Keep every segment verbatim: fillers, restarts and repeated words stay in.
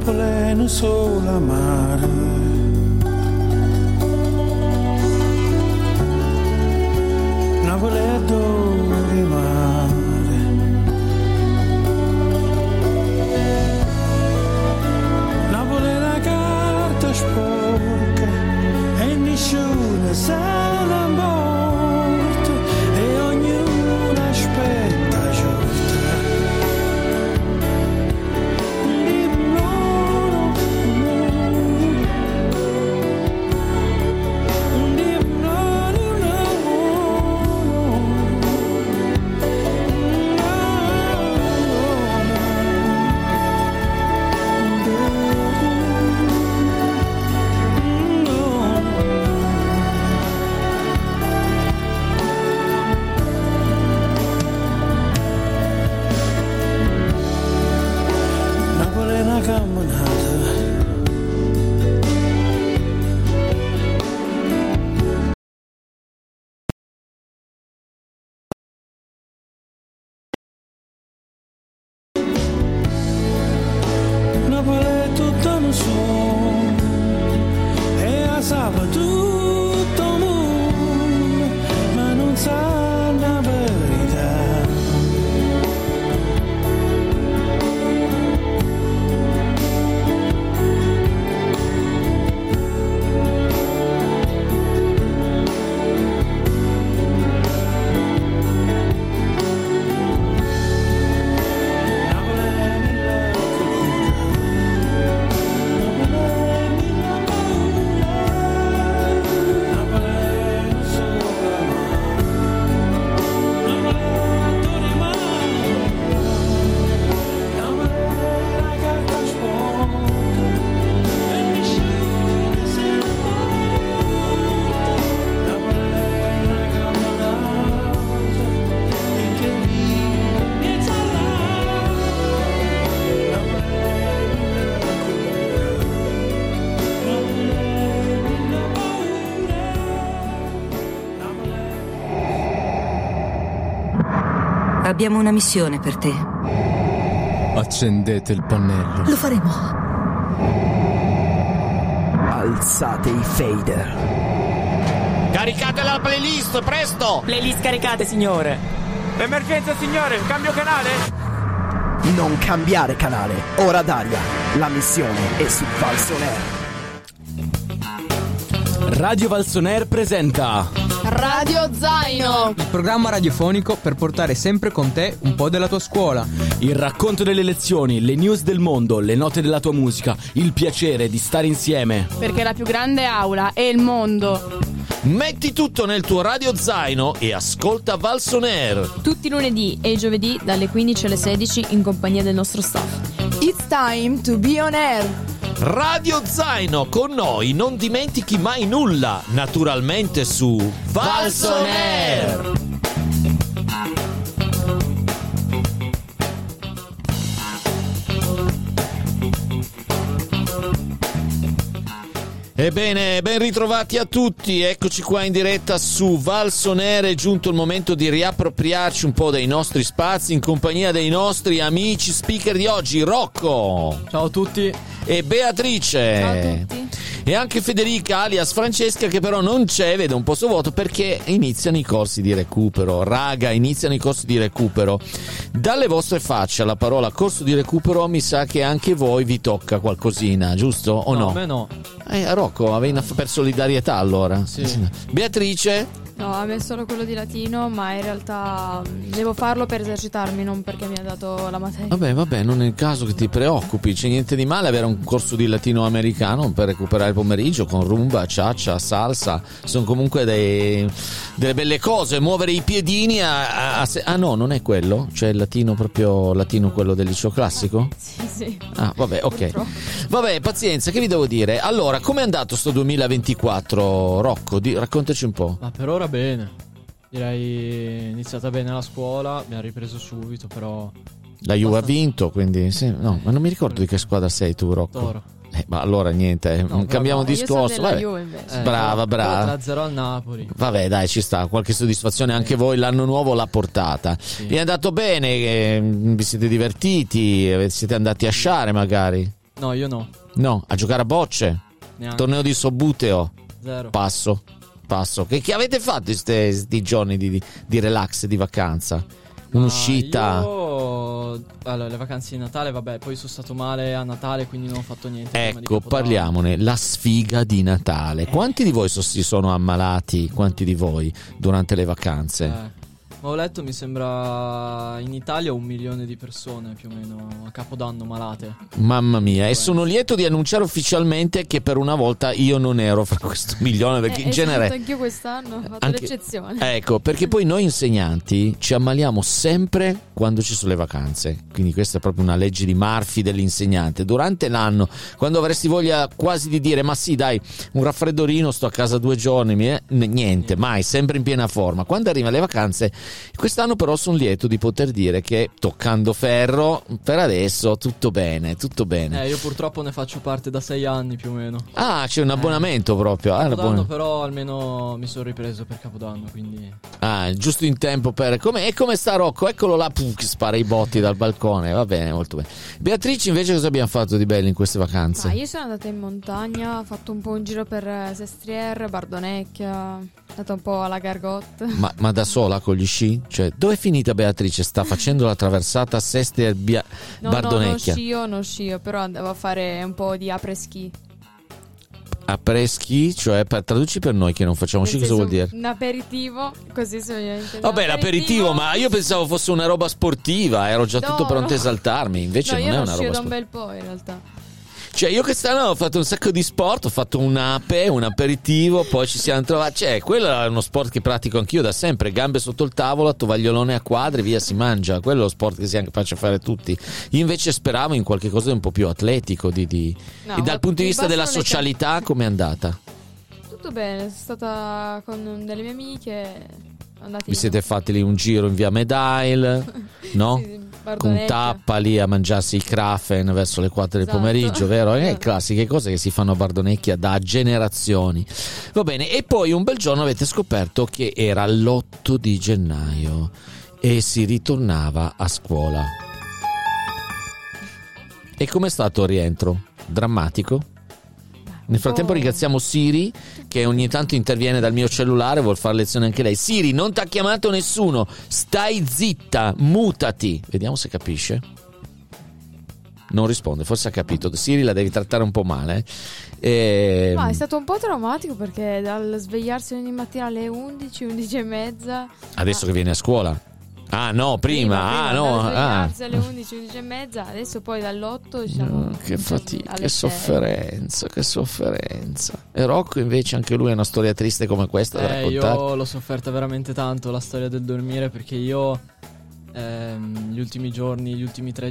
Napoli non solo amare. Napoli è dove mare. Napoli è la carta sporca e nessuno sa la morte e ognuno aspetta giorta. Abbiamo una missione per te. Accendete il pannello. Lo faremo. Alzate i fader. Caricate la playlist, presto! Playlist caricate, signore. Emergenza, signore, cambio canale? Non cambiare canale. Ora d'aria. La missione è su Valsoner. Radio Valsoner presenta Radio Zaino, il programma radiofonico per portare sempre con te un po' della tua scuola. Il racconto delle lezioni, le news del mondo, le note della tua musica, il piacere di stare insieme. Perché la più grande aula è il mondo. Metti tutto nel tuo Radio Zaino e ascolta Valsoner. Tutti i lunedì e i giovedì dalle quindici alle sedici in compagnia del nostro staff. It's time to be on air. Radio Zaino, con noi non dimentichi mai nulla, naturalmente su Valsoner. Ebbene, ben ritrovati a tutti, eccoci qua in diretta su Valsoner. È giunto il momento di riappropriarci un po' dei nostri spazi in compagnia dei nostri amici speaker di oggi, Rocco. Ciao a tutti. E Beatrice. Ciao a tutti. E anche Federica alias Francesca, che però non c'è, vede un po' sottovuoto perché iniziano i corsi di recupero. Raga, iniziano i corsi di recupero. Dalle vostre facce la parola corso di recupero mi sa che anche voi vi tocca qualcosina, giusto o no? No, a me no. Eh, Rocco, avevi per solidarietà allora. Sì. Beatrice? No, a me solo quello di latino, ma in realtà devo farlo per esercitarmi, non perché mi ha dato la materia. Vabbè, vabbè, non è il caso che ti preoccupi, c'è niente di male avere un corso di latino americano per recuperare il pomeriggio con rumba, ciaccia, salsa, sono comunque dei, delle belle cose, muovere i piedini a, a, a se- ah no, non è quello, cioè il latino proprio latino quello del liceo classico? Sì, sì. Ah, vabbè, ok. Purtroppo. Vabbè, pazienza, che vi devo dire? Allora, com'è andato sto duemilaventiquattro, Rocco? Di, raccontaci un po'. Ma per ora bene. Direi iniziata bene la scuola, abbiamo ripreso subito, però La Juve ha vinto, quindi sì, no, ma non mi ricordo di che squadra sei tu, Rocco. Toro. Eh, ma allora niente, No, cambiamo però no, discorso. Io sono della Vabbè. Juve invece. Eh, Brava, brava. tre a zero al Napoli. Vabbè, dai, ci sta, qualche soddisfazione anche voi l'anno nuovo l'ha portata. Sì. Vi è andato bene, eh, vi siete divertiti, eh, siete andati a sciare magari. No, io no. No, a giocare a bocce? Neanche. Torneo di Sobbuteo? Zero. Passo, passo. Che, che avete fatto questi giorni di, di, di relax, di vacanza? Un'uscita? Ah, io... Allora, le vacanze di Natale, vabbè, poi sono stato male a Natale, quindi non ho fatto niente. Ecco, parliamone, la sfiga di Natale. Quanti di voi so- si sono ammalati, quanti di voi, durante le vacanze? Eh. Ho letto, mi sembra in Italia un milione di persone più o meno a Capodanno malate. Mamma mia, e sono lieto di annunciare ufficialmente che per una volta io non ero fra questo milione, perché eh, in genere esatto, anch'io quest'anno ho fatto Anche- l'eccezione. Ecco, perché poi noi insegnanti ci ammaliamo sempre quando ci sono le vacanze. Quindi questa è proprio una legge di Murphy dell'insegnante. Durante l'anno, quando avresti voglia quasi di dire ma sì dai, un raffreddorino, sto a casa due giorni, mi è- n- niente, mai, sempre in piena forma. Quando arrivano le vacanze, quest'anno però sono lieto di poter dire che, toccando ferro, per adesso tutto bene, tutto bene. Eh, io purtroppo ne faccio parte da sei anni più o meno. Ah, c'è un abbonamento proprio. Ah, Capodanno l'abbon- però almeno mi sono ripreso per Capodanno, quindi... ah, giusto in tempo per... Come... E come sta Rocco? Eccolo là, pum, che spara i botti dal balcone. Va bene, molto bene. Beatrice, invece, cosa abbiamo fatto di bello in queste vacanze? Ma io sono andata in montagna, ho fatto un po' un giro per eh, Sestriere, Bardonecchia, sono andata un po' alla Gargotte. Ma, ma da sola con gli sci? Cioè, dove è finita Beatrice? Sta facendo la traversata Sestier Bia... No, Bardonecchia. no, non scio, non scio, però andavo a fare un po' di après-ski. Après-ski, cioè per, traduci per noi che non facciamo sci, Nel cosa vuol senso, dire? Un aperitivo, così se vogliamo intendere. Vabbè, l'aperitivo, ma io pensavo fosse una roba sportiva, ero già No, tutto pronto no. a esaltarmi, invece No, non io è non una scio roba da un sportiva. bel po' in realtà. Cioè, io quest'anno ho fatto un sacco di sport, ho fatto un'ape, un aperitivo, poi ci siamo trovati. Cioè, quello è uno sport che pratico anch'io da sempre, gambe sotto il tavolo, tovagliolone a quadri, via, si mangia. Quello è lo sport che si faccia fare tutti. Io invece speravo in qualche cosa di un po' più atletico. Di, di... No, e dal ma punto di mi vista della bastano le socialità, com'è andata? Tutto bene, sono stata con delle mie amiche. Andati Vi siete fatti lì un giro in via Medail, no? Sì, Con Bardonecchia. tappa lì a mangiarsi il Krafen verso le quattro del Esatto. pomeriggio, vero? Eh, Esatto. classiche cose che si fanno a Bardonecchia da generazioni. Va bene, e poi un bel giorno avete scoperto che era l'otto di gennaio e si ritornava a scuola. E com'è stato il rientro? Drammatico? Nel frattempo Oh. ringraziamo Siri che ogni tanto interviene dal mio cellulare, vuol fare lezione anche lei. Siri, non ti ha chiamato nessuno, stai zitta, mutati. Vediamo se capisce. Non risponde, forse ha capito. Siri la devi trattare un po' male. E... Ma è stato un po' traumatico perché dal svegliarsi ogni mattina alle undici, undici e mezza. Adesso che viene a scuola. Ah no, prima, prima, ah prima, no, dal ah. svegliarsi alle undici, undici e mezza, adesso poi dall'otto diciamo. No, che fatica, alle che sei. sofferenza, che sofferenza. E Rocco invece anche lui ha una storia triste come questa da Eh, raccontare. io l'ho sofferta veramente tanto la storia del dormire, perché io ehm, gli ultimi giorni, gli ultimi tre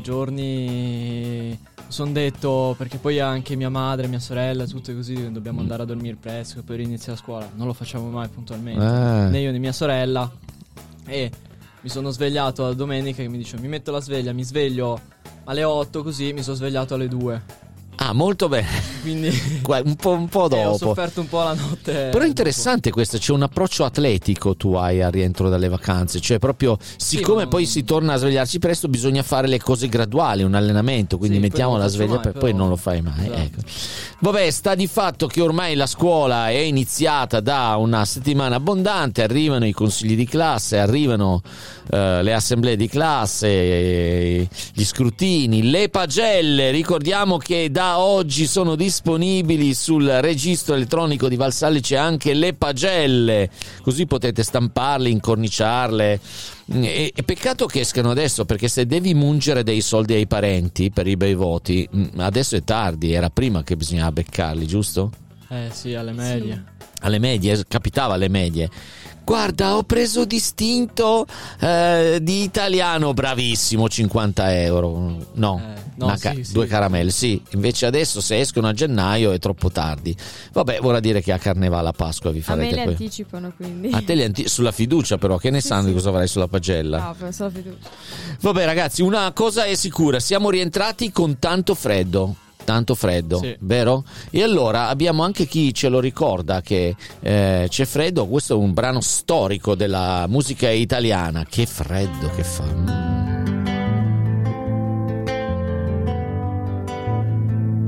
giorni sono detto, perché poi anche mia madre, mia sorella, tutte così, dobbiamo andare a dormire presto, poi inizia la scuola. Non lo facciamo mai puntualmente, Eh. né io né mia sorella. E mi sono svegliato la domenica che mi dice mi metto la sveglia, mi sveglio alle otto, così mi sono svegliato alle due. Ah, molto bene. Quindi Qua- un po', un po' eh, ho dopo. sofferto un po' la notte. Però è interessante questo, c'è un approccio atletico tu hai al rientro dalle vacanze, cioè proprio siccome ma- poi si torna a svegliarsi presto bisogna fare le cose graduali, un allenamento, quindi Sì, mettiamo quello la non lo sveglia faccio per mai, poi però- non lo fai mai. Esatto. Ecco. Vabbè, sta di fatto che ormai la scuola è iniziata da una settimana abbondante, arrivano i consigli di classe, arrivano eh, le assemblee di classe, eh, gli scrutini, le pagelle. Ricordiamo che da oggi sono disponibili sul registro elettronico di Valsalice anche le pagelle, così potete stamparle, incorniciarle. E, e peccato che escano adesso, perché se devi mungere dei soldi ai parenti per i bei voti, mh, adesso è tardi, era prima che bisognava beccarli, giusto? Eh sì, alle medie. Alle medie, capitava alle medie. Guarda, ho preso distinto eh, di italiano, bravissimo, cinquanta euro. No, Eh, no, una sì, ca- sì. due caramelle, sì. Invece adesso se escono a gennaio è troppo tardi. Vabbè, vorrà dire che a Carnevale, a Pasqua vi A me farete le que- anticipano quindi. A te le anti- sulla fiducia però, che ne Sì, sanno sì. di cosa avrai sulla pagella? No, penso la fiducia. Vabbè ragazzi, una cosa è sicura, siamo rientrati con tanto freddo. Tanto freddo, Sì. vero? E allora abbiamo anche chi ce lo ricorda che eh, c'è freddo. Questo è un brano storico della musica italiana. Che freddo che fa.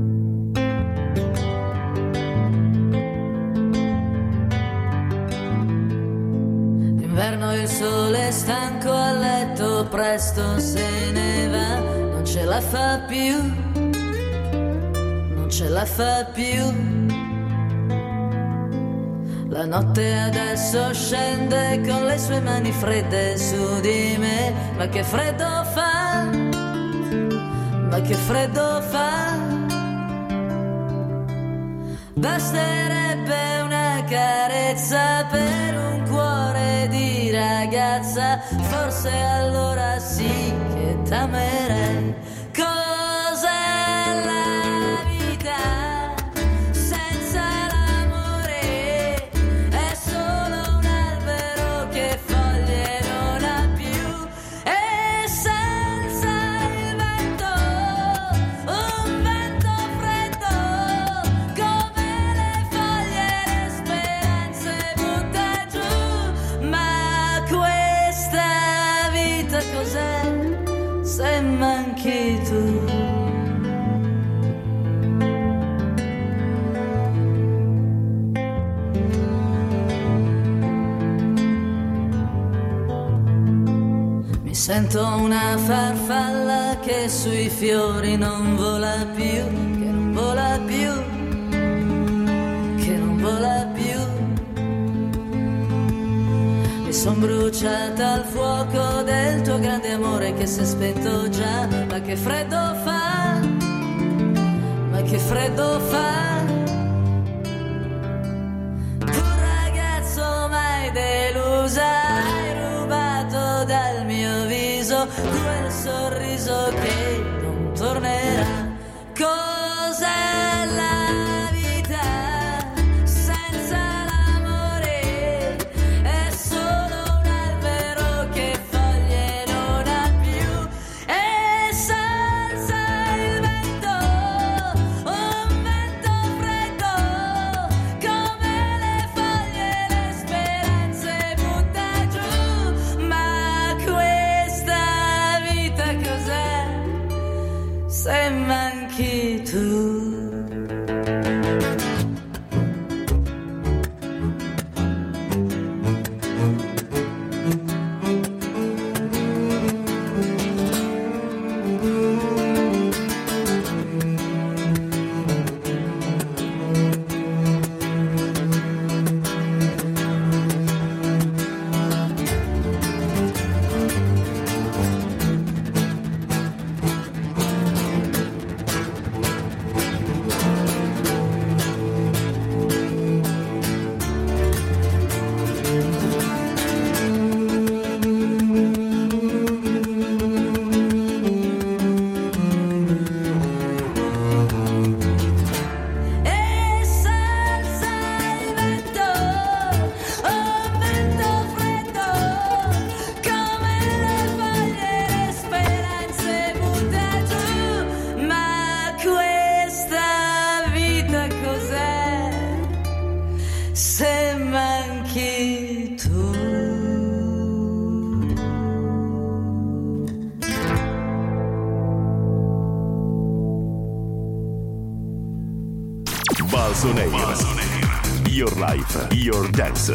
presto se ne va, non ce la fa più, non ce la fa più. La notte adesso scende con le sue mani fredde su di me, ma che freddo fa, ma che freddo fa. Basterebbe una carezza per un cuore di ragazza, forse allora sì che t'amerei. Cos'è la vita senza l'amore? È solo un albero che foglie non ha più, e senza il vento, un vento freddo, come le foglie le speranze butta giù. Ma questa vita cos'è se manchi tu? Mi sento una farfalla che sui fiori non vola più, che non vola più, che non vola più. Mi son bruciata al fuoco del tuo grande amore che si è spento già, ma che freddo fa, ma che freddo fa. Tu ragazzo mai delusa, hai rubato dal mio viso quel sorriso che non tornerà. Cos'è la vita senza l'amore? È solo un albero che foglie non ha più, e senza il vento, un vento freddo, come le foglie le speranze butta giù. Ma questa vita cos'è se manchi tu? E senza il vento, un vento freddo, come le foglie le speranze butta giù. Ma questa vita cos'è se manchi tu? Balsoneira. Your life, your dance.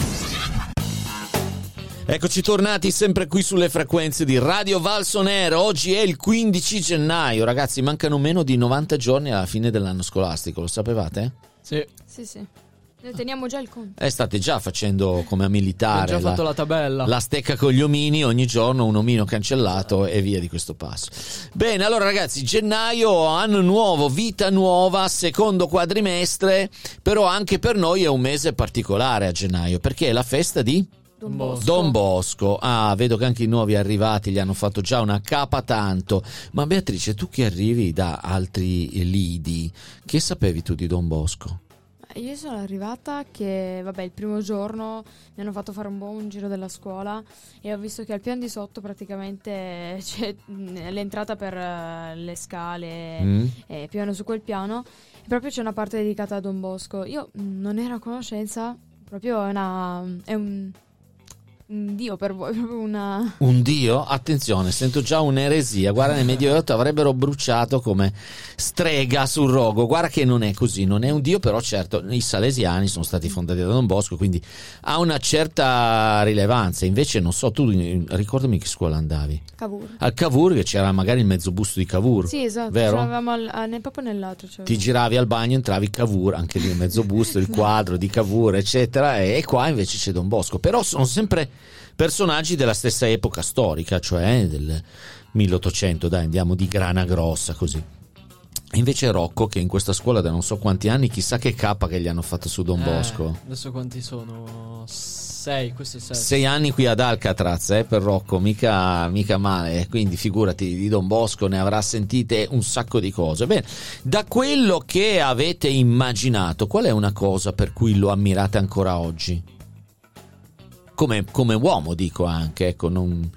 Eccoci tornati sempre qui sulle frequenze di Radio Valsonero. Oggi è il quindici gennaio, ragazzi, mancano meno di novanta giorni alla fine dell'anno scolastico, lo sapevate? Sì. Sì, sì. Noi teniamo già il conto. Eh, state già facendo come a militare. Ho già fatto la tabella. La stecca con gli omini, ogni giorno un omino cancellato e via di questo passo. Bene, allora ragazzi, gennaio, anno nuovo, vita nuova, secondo quadrimestre, però anche per noi è un mese particolare a gennaio, perché è la festa di Don Bosco. Don Bosco. Ah, vedo che anche i nuovi arrivati gli hanno fatto già una capa tanto. Ma Beatrice, tu che arrivi da altri lidi, che sapevi tu di Don Bosco? Io sono arrivata che, vabbè, il primo giorno mi hanno fatto fare un buon giro della scuola e ho visto che al piano di sotto praticamente c'è l'entrata per le scale, Mm. e più o meno su quel piano e proprio c'è una parte dedicata a Don Bosco. Io non ero a conoscenza, proprio è una... è un... un dio per voi, proprio una... Un dio? Attenzione, sento già un'eresia. Guarda, nel Medioevo avrebbero bruciato come strega sul rogo. Guarda che non è così, non è un dio, però certo i salesiani sono stati fondati da Don Bosco, quindi ha una certa rilevanza. Invece non so, tu ricordami che scuola andavi? Cavour. Al Cavour, che c'era magari il mezzo busto di Cavour. Sì, esatto, vero? c'eravamo al, al, proprio nell'altro. Cioè. Ti giravi al bagno, entravi Cavour, anche lì il mezzo busto, il quadro di Cavour, eccetera, e qua invece c'è Don Bosco. Però sono sempre personaggi della stessa epoca storica, cioè del milleottocento, dai, andiamo di grana grossa così. E invece Rocco, che in questa scuola da non so quanti anni, chissà che cappa che gli hanno fatto su Don eh, Bosco. Adesso quanti sono? Sei, questo è sei. Sei anni qui ad Alcatraz, eh, per Rocco, mica, mica male, quindi figurati, di Don Bosco ne avrà sentite un sacco di cose. Bene, da quello che avete immaginato, qual è una cosa per cui lo ammirate ancora oggi? Come, come uomo dico anche, ecco, non...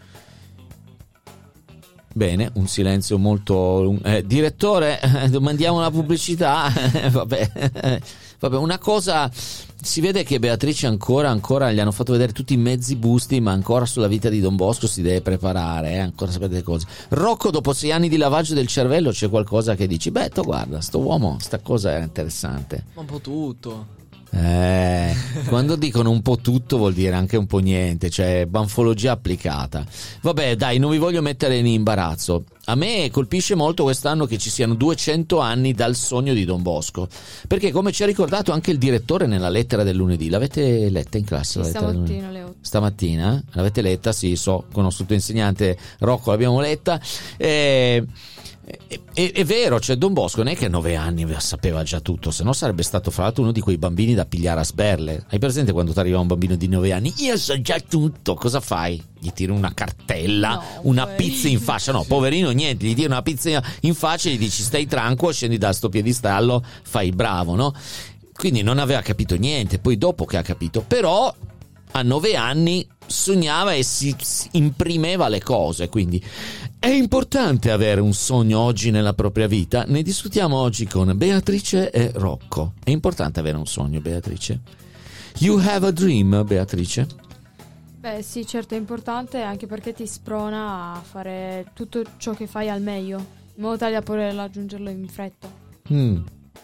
Bene, un silenzio molto... Eh, direttore, eh, mandiamo una pubblicità? Vabbè, vabbè, una cosa... Si vede che Beatrice ancora, ancora gli hanno fatto vedere tutti i mezzi busti, ma ancora sulla vita di Don Bosco si deve preparare, eh? Ancora sapete le cose. Rocco, dopo sei anni di lavaggio del cervello, c'è qualcosa che dici, beh, to, guarda, sto uomo, sta cosa era interessante. Un po' tutto. Eh, quando dicono un po' tutto vuol dire anche un po' niente, cioè banfologia applicata. Vabbè, dai, non vi voglio mettere in imbarazzo. A me colpisce molto quest'anno che ci siano duecento anni dal sogno di Don Bosco, perché come ci ha ricordato anche il direttore nella lettera del lunedì, l'avete letta in classe? Sì, la lettera stamattina alle otto. Stamattina? L'avete letta? Sì, so, conosco il tuo insegnante Rocco, l'abbiamo letta. Eh, È, è, è vero, cioè Don Bosco non è che a nove anni sapeva già tutto, se no sarebbe stato fra l'altro uno di quei bambini da pigliare a sberle. Hai presente quando ti arriva un bambino di nove anni? Io so già tutto, cosa fai? Gli tiri una cartella, no, una poi... pizza in faccia? No, poverino, niente, gli tiri una pizza in faccia e gli dici stai tranquillo, scendi da sto piedistallo, fai bravo, no? Quindi non aveva capito niente, poi dopo che ha capito, però a nove anni sognava e si, si imprimeva le cose, quindi è importante avere un sogno oggi nella propria vita. Ne discutiamo oggi con Beatrice e Rocco. È importante avere un sogno, Beatrice? You have a dream, Beatrice? Beh sì, certo è importante, anche perché ti sprona a fare tutto ciò che fai al meglio, in modo tale da poter raggiungerlo in fretta. Mm.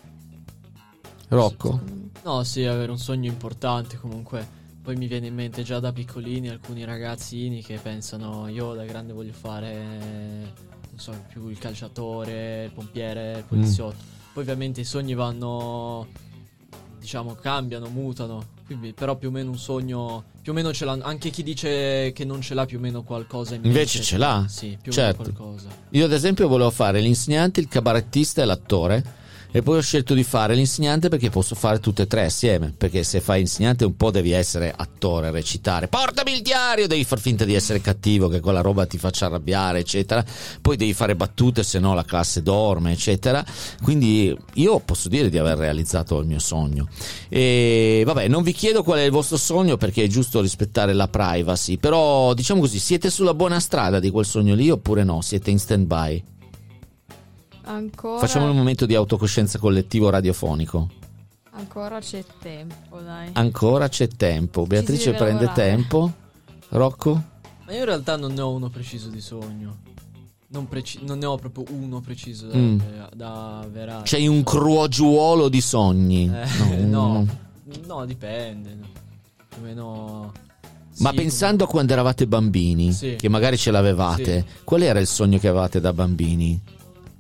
Rocco? No, sì, avere un sogno importante comunque. Poi mi viene in mente già da piccolini alcuni ragazzini che pensano io da grande voglio fare, non so, più il calciatore, il pompiere, il poliziotto. Mm. Poi ovviamente i sogni vanno, diciamo, cambiano, mutano. Quindi, però più o meno un sogno, più o meno ce l'ha, anche chi dice che non ce l'ha più o meno qualcosa in mente. Invece ce l'ha? Sì, più certo. o meno qualcosa. Io ad esempio volevo fare l'insegnante, il cabarettista e l'attore. E poi ho scelto di fare l'insegnante perché posso fare tutte e tre assieme, perché se fai insegnante un po' devi essere attore, recitare, portami il diario, devi far finta di essere cattivo, che quella roba ti faccia arrabbiare, eccetera, poi devi fare battute, se no la classe dorme, eccetera. Quindi io posso dire di aver realizzato il mio sogno. E vabbè, non vi chiedo qual è il vostro sogno perché è giusto rispettare la privacy, però diciamo così, siete sulla buona strada di quel sogno lì oppure no? Siete in stand by? Ancora... Facciamo un momento di autocoscienza collettivo radiofonico. Ancora c'è tempo, dai. Ancora c'è tempo. Beatrice prende lavorare. tempo. Rocco? Ma io in realtà non ne ho uno preciso di sogno. Non, preci- non ne ho proprio uno preciso da, mm. da avverare. C'hai un crogiuolo di sogni. Eh, no, no, no, dipende. Più o meno... Ma sì, pensando come... a quando eravate bambini, sì. che magari ce l'avevate, sì. qual era il sogno che avevate da bambini?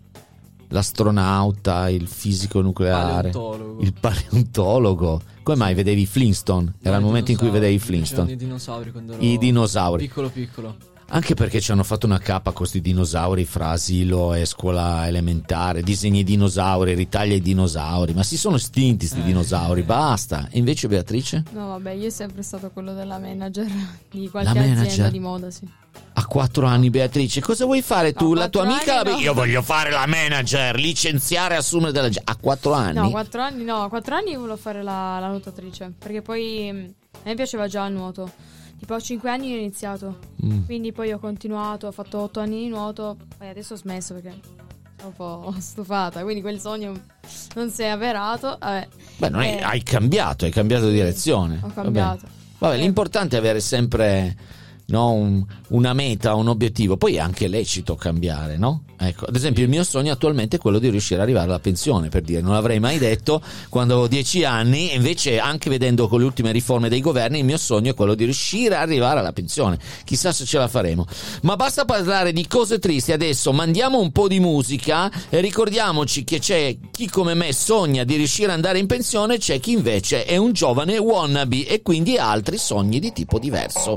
L'astronauta, il fisico nucleare, paleontologo. il paleontologo. Come mai vedevi i Flintstone? Era no, il momento in cui vedevi i Flintstone. I dinosauri quando ero I dinosauri. Piccolo piccolo. Anche perché ci hanno fatto una cappa con questi dinosauri fra asilo e scuola elementare, disegni i dinosauri, ritaglia i dinosauri, ma si sono estinti questi eh, dinosauri, eh. basta. E invece Beatrice? No vabbè, io è sempre stato quello della manager di qualche la azienda manager. di moda, sì. A quattro anni, Beatrice, cosa vuoi fare tu? No, la tua amica? No. Io voglio fare la manager, licenziare e assumere della gente. A quattro anni? No, quattro anni no, a quattro anni volevo fare la, la nuotatrice, perché poi a me piaceva già il nuoto. Tipo a cinque anni ho iniziato, mm. quindi poi ho continuato, ho fatto otto anni di nuoto, poi adesso ho smesso perché sono un po' stufata, quindi quel sogno non si è avverato. Vabbè. Beh, non eh, hai, hai cambiato, hai cambiato direzione. Ho cambiato. Vabbè. Vabbè, eh. l'importante è avere sempre, no, un, una meta, un obiettivo. Poi è anche lecito cambiare, no? Ecco, ad esempio il mio sogno attualmente è quello di riuscire ad arrivare alla pensione, per dire, non l'avrei mai detto quando avevo dieci anni, e invece anche vedendo con le ultime riforme dei governi il mio sogno è quello di riuscire ad arrivare alla pensione. Chissà se ce la faremo. Ma basta parlare di cose tristi, adesso mandiamo un po' di musica e ricordiamoci che c'è chi come me sogna di riuscire ad andare in pensione, c'è chi invece è un giovane wannabe e quindi ha altri sogni di tipo diverso.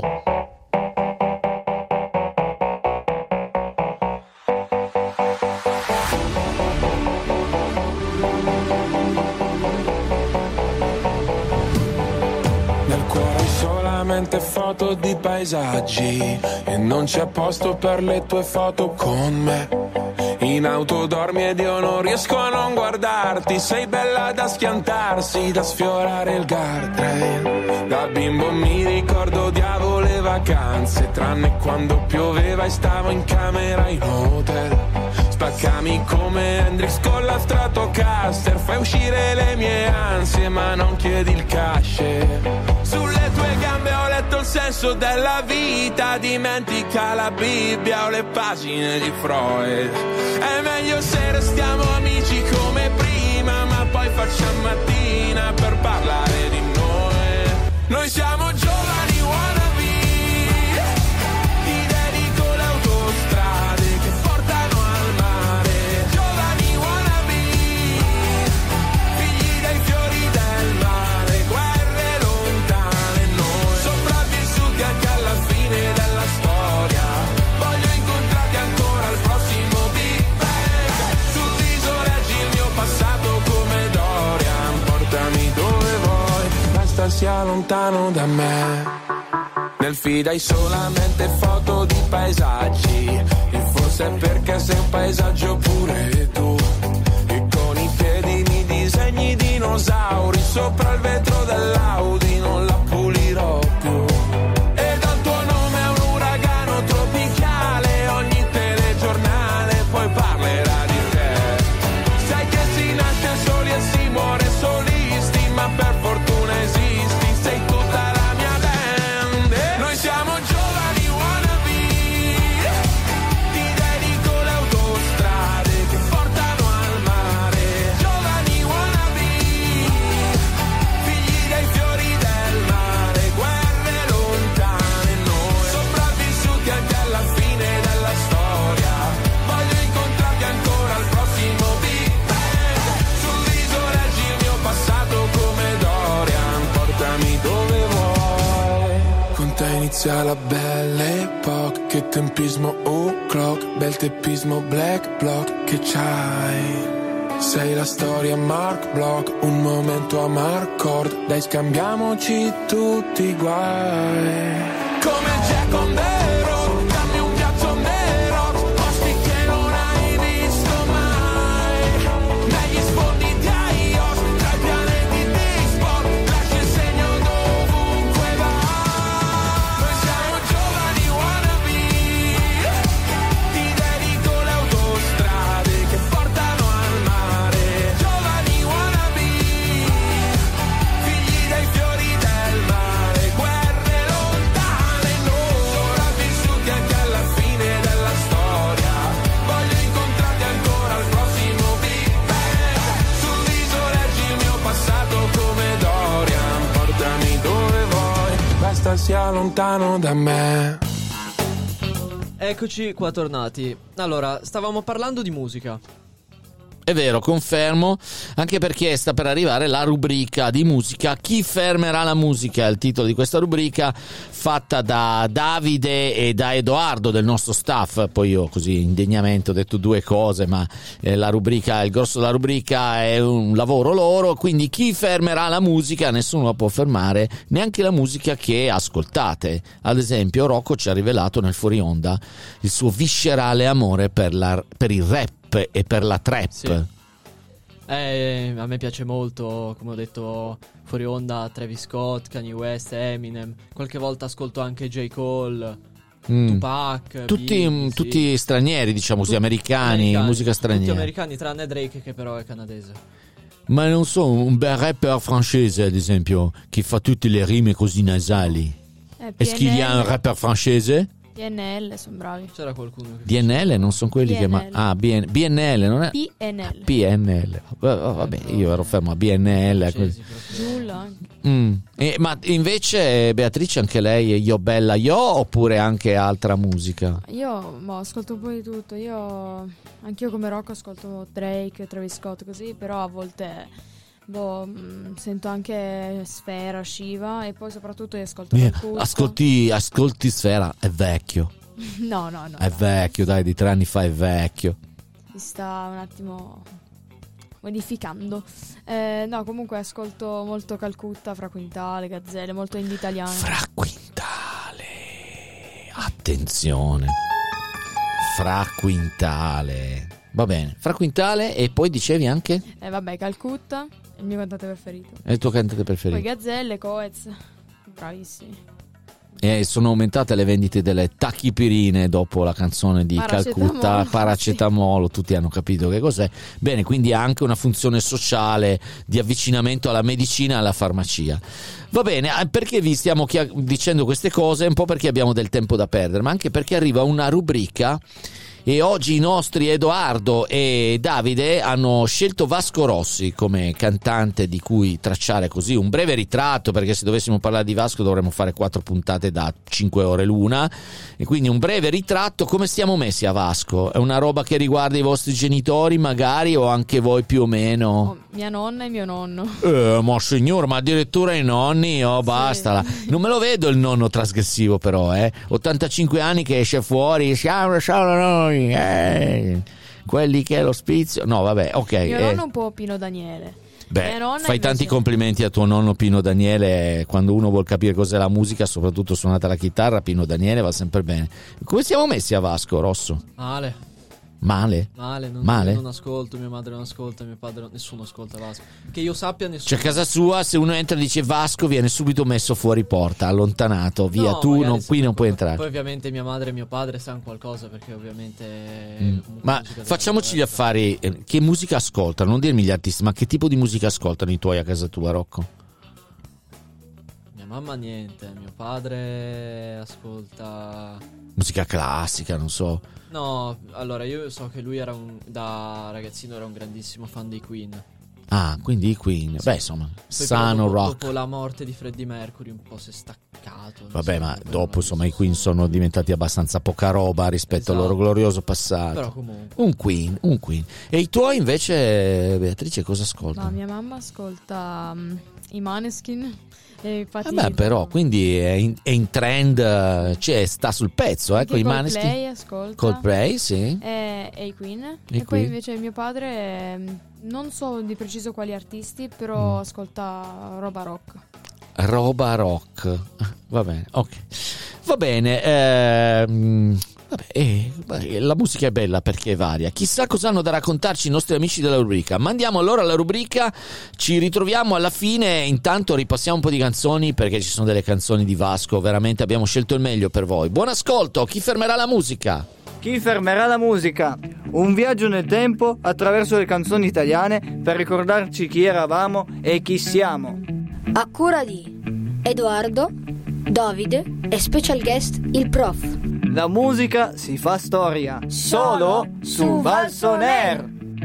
Foto di paesaggi e non c'è posto per le tue foto con me. In auto dormi ed io non riesco a non guardarti. Sei bella da schiantarsi, da sfiorare il guardrail. Da bimbo mi ricordo odiavo le vacanze, tranne quando pioveva e stavo in camera in hotel. Spaccami come Hendrix con la Stratocaster, fai uscire le mie ansie ma non chiedi il cash. Sulle tue gambe ho letto il senso della vita, dimentica la Bibbia o le pagine di Freud. È meglio se restiamo amici come prima, ma poi facciamo mattina per parlare di noi. Noi siamo giovani wannabe, ti dedico le autostrade che portano al mare. Giovani wannabe, figli dei fiori del mare, guerre lontane noi, sopravvissuti anche alla fine della storia. Voglio incontrarti ancora al prossimo Big Bang. Sul viso leggi il mio passato come Dorian. Portami dove vuoi, basta sia lontano da me. Nel feed hai solamente foto di paesaggi, e forse è perché sei un paesaggio pure tu. E con i piedi mi disegni dinosauri sopra il vetro dell'Audi, non la pulirò più. E dal tuo nome è un uragano tropicale, ogni telegiornale poi parlerà di te. Sai che si nasce soli e si muore solisti, ma per fortuna esisti, sei tutta la mia band. Noi siamo giovani wannabe, ti dedico le autostrade che portano al mare. Giovani wannabe, figli dei fiori del mare, guerre lontane noi, sopravvissuti anche alla fine della storia. Voglio incontrarti ancora al prossimo Big Bang. Sul viso leggi il mio passato come Dorian. Portami dove vuoi, con te inizia la belle epoca. Che tempismo o'clock, bel teppismo black block che c'hai. Sei la storia Mark Block, un momento a Marcord. Dai scambiamoci tutti i guai. Come Jack on the road, dammi un piazzo nero, posti che non hai visto mai. Negli sfondi di Aios, tra i pianeti di sport, lascia il segno dovunque vai. Noi siamo giovani wannabe, ti dedico le autostrade che portano al mare. Giovani wannabe, figli dei fiori del mare, guerre lontane noi, sopravvissuti anche alla fine della storia. Voglio incontrarti ancora al prossimo Big Bang. Sul viso leggi il mio passato come Dorian. Portami dove vuoi, basta sia lontano da me. Eccoci qua tornati. Allora, stavamo parlando di musica. È vero, confermo, anche perché sta per arrivare la rubrica di musica Chi fermerà la musica, è il titolo di questa rubrica, fatta da Davide e da Edoardo del nostro staff. Poi io così indegnamente ho detto due cose, ma eh, la rubrica, il grosso della rubrica è un lavoro loro, quindi chi fermerà la musica? Nessuno la può fermare, neanche la musica che ascoltate. Ad esempio Rocco ci ha rivelato nel fuori onda il suo viscerale amore per, la, per il rap e per la trap. Sì. Eh, a me piace molto, come ho detto fuori onda, Travis Scott, Kanye West, Eminem. Qualche volta ascolto anche J. Cole, mm. Tupac, tutti, Biggie, tutti sì. stranieri, diciamo così, Tut- americani, americani, musica straniera. Tutti americani tranne Drake che però è canadese. Ma non so, un bel rapper francese ad esempio, che fa tutte le rime così nasali. Eh, Est-ce qu'il y a un rapper francese? D N L, sono bravi. C'era qualcuno che... D N L non sono quelli B N L. che... Ma... Ah, B N... B N L, non è... P N L. P N L. Vabbè, io ero fermo a B N L. Giulla anche. Mm. E, ma invece Beatrice, anche lei è Io Bella Io oppure anche altra musica? Io boh, ascolto un po' di tutto. Io anch'io come rock ascolto Drake, Travis Scott così, però a volte boh, mh, sento anche Sfera, Shiva e poi soprattutto io ascolto Eh, Calcutta. ascolti, ascolti Sfera, è vecchio. No, no, no. È no. vecchio, dai, di tre anni fa è vecchio. Si sta un attimo modificando. Eh, no, comunque ascolto molto Calcutta, Fra Quintale, Gazzelle, molto indie italiano. Fra Quintale. Attenzione. Fra Quintale. Va bene. Fra Quintale e poi dicevi anche? Eh vabbè, Calcutta è il mio cantante preferito. È il tuo cantante preferito? Poi Gazzelle, Coez, bravissimi. E sono aumentate le vendite delle tachipirine dopo la canzone di Paracetamolo, Calcutta, paracetamolo, tutti hanno capito che cos'è. Bene, quindi ha anche una funzione sociale di avvicinamento alla medicina e alla farmacia. Va bene, perché vi stiamo chia- dicendo queste cose? Un po' perché abbiamo del tempo da perdere, ma anche perché arriva una rubrica. E oggi i nostri Edoardo e Davide hanno scelto Vasco Rossi come cantante di cui tracciare così un breve ritratto, perché se dovessimo parlare di Vasco dovremmo fare quattro puntate da cinque ore l'una, e quindi un breve ritratto. Come stiamo messi a Vasco? È una roba che riguarda i vostri genitori magari o anche voi più o meno? Oh, mia nonna e mio nonno. Eh, ma signor, ma addirittura i nonni, oh basta, sì. Non me lo vedo il nonno trasgressivo però, eh, ottantacinque anni che esce fuori, siamo solo noi. Eh, quelli che è l'ospizio. No, vabbè, ok. Mio eh. nonno un po' Pino Daniele. Beh, fai invece... tanti complimenti a tuo nonno Pino Daniele. Quando uno vuol capire cos'è la musica, soprattutto suonata la chitarra, Pino Daniele va sempre bene. Come siamo messi a Vasco, Rosso? Male. Male? Male, non, Male? non ascolto, mia madre non ascolta, mio padre non, nessuno ascolta Vasco. Che io sappia nessuno. Cioè a casa sua se uno entra e dice Vasco viene subito messo fuori porta, allontanato, via, no, tu non, qui non puoi entrare. Poi ovviamente mia madre e mio padre sanno qualcosa perché ovviamente mm. Ma facciamoci gli affari, che musica ascoltano? Non dirmi gli artisti, ma che tipo di musica ascoltano i tuoi a casa tua, Rocco? Mia mamma niente, mio padre ascolta musica classica, non so. No, allora io so che lui era un, da ragazzino era un grandissimo fan dei Queen. Ah, quindi i Queen. Sì. Beh, insomma, poi sano dopo, rock. Dopo la morte di Freddie Mercury un po' si è staccato. Vabbè, so, ma dopo insomma i Queen sono diventati abbastanza poca roba rispetto esatto. al loro glorioso passato. Però comunque. Un Queen, un Queen. E i tuoi invece, Beatrice, cosa ascoltano? No, mia mamma ascolta um, i Maneskin. E infatti, Vabbè, però, quindi è in, è in trend, cioè sta sul pezzo, ecco, i Maneskin. Coldplay ascolta. Coldplay, sì. E, e i Queen. E, e qui? poi invece mio padre, non so di preciso quali artisti, però mm. ascolta roba rock. Roba rock, va bene, ok. Va bene, ehm... Vabbè, eh, la musica è bella perché è varia. Chissà cosa hanno da raccontarci i nostri amici della rubrica. Ma andiamo allora alla rubrica. Ci ritroviamo alla fine. Intanto ripassiamo un po' di canzoni perché ci sono delle canzoni di Vasco. Veramente abbiamo scelto il meglio per voi. Buon ascolto. Chi fermerà la musica? Chi fermerà la musica? Un viaggio nel tempo attraverso le canzoni italiane per ricordarci chi eravamo e chi siamo. A cura di Edoardo, Davide e special guest il prof. La musica si fa storia solo su Valson Air.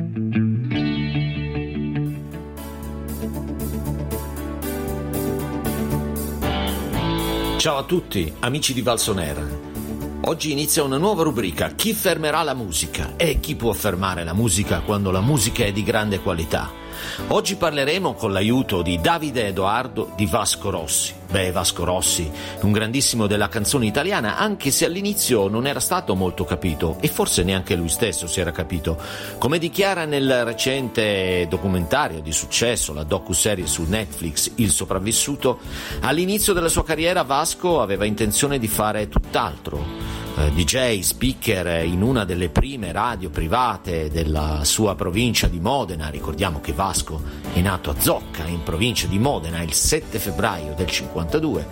Ciao a tutti, amici di Valson Air. Oggi inizia una nuova rubrica, Chi fermerà la musica? E chi può fermare la musica quando la musica è di grande qualità? Oggi parleremo con l'aiuto di Davide Edoardo di Vasco Rossi. Beh, Vasco Rossi, un grandissimo della canzone italiana, anche se all'inizio non era stato molto capito e forse neanche lui stesso si era capito. Come dichiara nel recente documentario di successo, la docuserie su Netflix Il sopravvissuto, all'inizio della sua carriera Vasco aveva intenzione di fare tutt'altro. D J, speaker in una delle prime radio private della sua provincia di Modena. Ricordiamo che Vasco è nato a Zocca, in provincia di Modena, il sette febbraio del cinquantadue.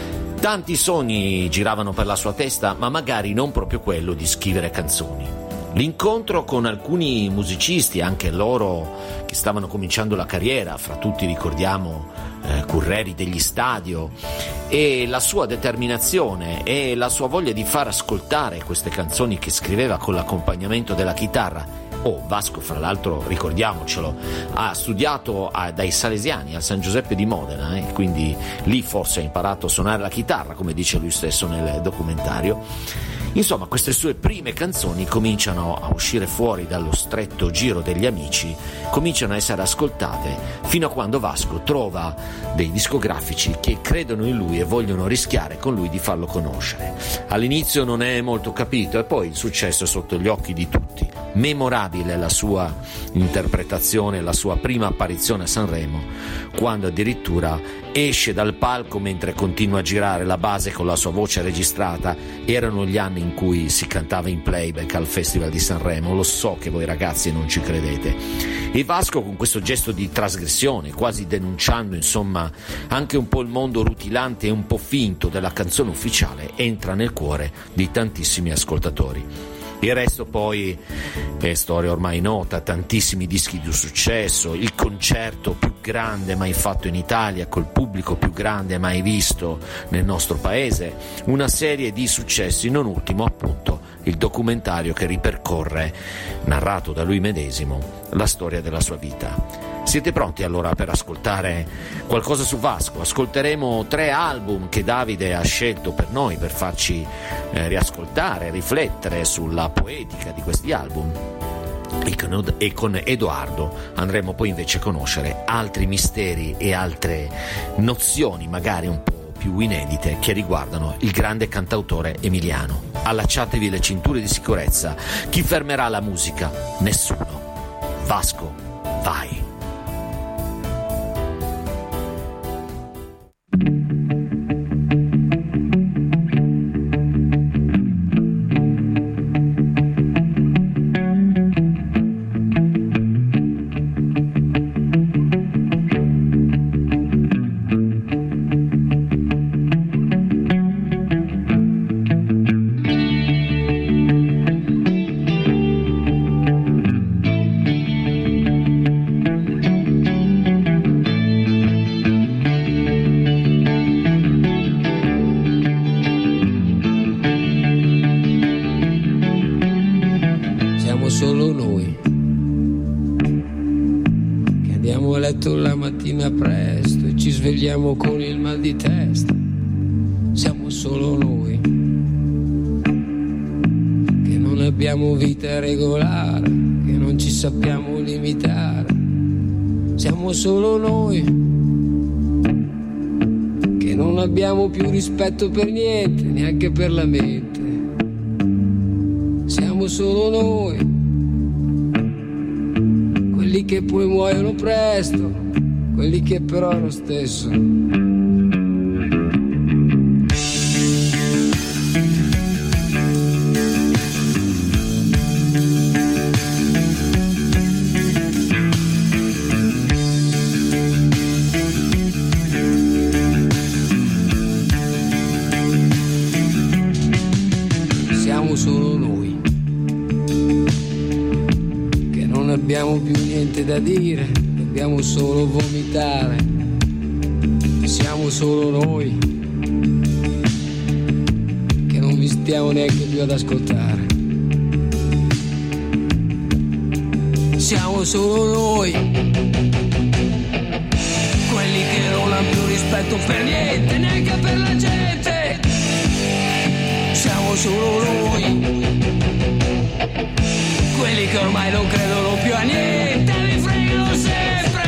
Tanti sogni giravano per la sua testa, ma magari non proprio quello di scrivere canzoni. L'incontro con alcuni musicisti, anche loro che stavano cominciando la carriera, fra tutti ricordiamo eh, Curreri degli Stadio, e la sua determinazione e la sua voglia di far ascoltare queste canzoni che scriveva con l'accompagnamento della chitarra. Oh, Vasco, fra l'altro, ricordiamocelo, ha studiato a, dai Salesiani al San Giuseppe di Modena, e eh, quindi lì forse ha imparato a suonare la chitarra, come dice lui stesso nel documentario. Insomma, queste sue prime canzoni cominciano a uscire fuori dallo stretto giro degli amici, cominciano a essere ascoltate fino a quando Vasco trova dei discografici che credono in lui e vogliono rischiare con lui di farlo conoscere. All'inizio non è molto capito e poi il successo è sotto gli occhi di tutti. Memorabile la sua interpretazione, la sua prima apparizione a Sanremo, quando addirittura esce dal palco mentre continua a girare la base con la sua voce registrata. Erano gli anni in cui si cantava in playback al Festival di Sanremo, lo so che voi ragazzi non ci credete. E Vasco, con questo gesto di trasgressione, quasi denunciando insomma anche un po' il mondo rutilante e un po' finto della canzone ufficiale, entra nel cuore di tantissimi ascoltatori. Il resto poi è storia ormai nota, tantissimi dischi di successo, il concerto più grande mai fatto in Italia col pubblico più grande mai visto nel nostro paese, una serie di successi, non ultimo appunto il documentario che ripercorre, narrato da lui medesimo, la storia della sua vita. Siete pronti allora per ascoltare qualcosa su Vasco? Ascolteremo tre album che Davide ha scelto per noi, per farci eh, riascoltare, riflettere sulla poetica di questi album. E con, e con Edoardo andremo poi invece a conoscere altri misteri e altre nozioni magari un po' più inedite che riguardano il grande cantautore emiliano. Allacciatevi le cinture di sicurezza. Chi fermerà la musica? Nessuno. Vasco, vai. Solo noi che andiamo a letto la mattina presto e ci svegliamo con il mal di testa. Siamo solo noi che non abbiamo vita regolare, che non ci sappiamo limitare. Siamo solo noi che non abbiamo più rispetto per niente, neanche per la mente. Siamo solo noi, quelli che poi muoiono presto, quelli che però è lo stesso. Siamo solo noi che non abbiamo più niente da dire, dobbiamo solo vomitare. Siamo solo noi che non vi stiamo neanche più ad ascoltare. Siamo solo noi quelli che non hanno più rispetto per niente, neanche per la gente. Siamo solo noi quelli che ormai non credono più a niente, li fregano sempre.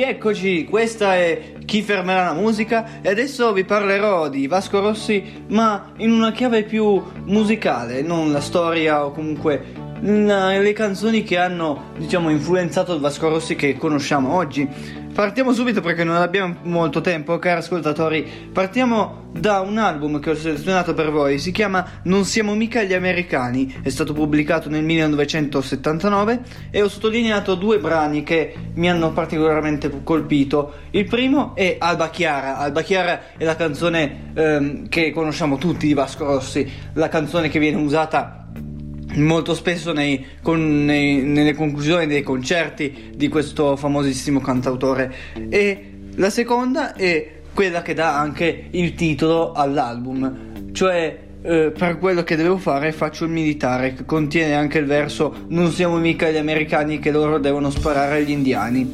rieccoci, questa è Chi fermerà la musica e adesso vi parlerò di Vasco Rossi, ma in una chiave più musicale, non la storia o comunque le canzoni che hanno, diciamo, influenzato il Vasco Rossi che conosciamo oggi. Partiamo subito perché non abbiamo molto tempo, cari ascoltatori. Partiamo da un album che ho selezionato per voi, si chiama Non siamo mica gli americani, è stato pubblicato nel millenovecentosettantanove e ho sottolineato due brani che mi hanno particolarmente colpito. Il primo è Alba Chiara. Alba Chiara è la canzone ehm, che conosciamo tutti di Vasco Rossi, la canzone che viene usata molto spesso nei, con, nei, nelle conclusioni dei concerti di questo famosissimo cantautore. E la seconda è quella che dà anche il titolo all'album, cioè eh, per quello che devo fare faccio il militare, che contiene anche il verso non siamo mica gli americani che loro devono sparare agli indiani.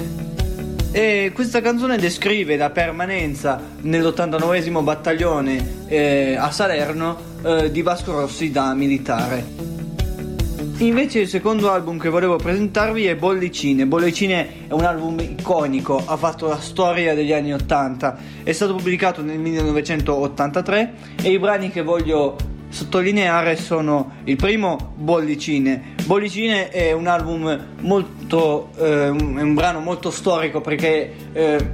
E questa canzone descrive la permanenza nell'ottantanovesimo battaglione eh, a Salerno eh, di Vasco Rossi da militare. Invece il secondo album che volevo presentarvi è Bollicine. Bollicine è un album iconico, ha fatto la storia degli anni ottanta, è stato pubblicato nel millenovecentottantatré e i brani che voglio sottolineare sono il primo Bollicine. Bollicine è un album molto eh, un, è un brano molto storico perché eh,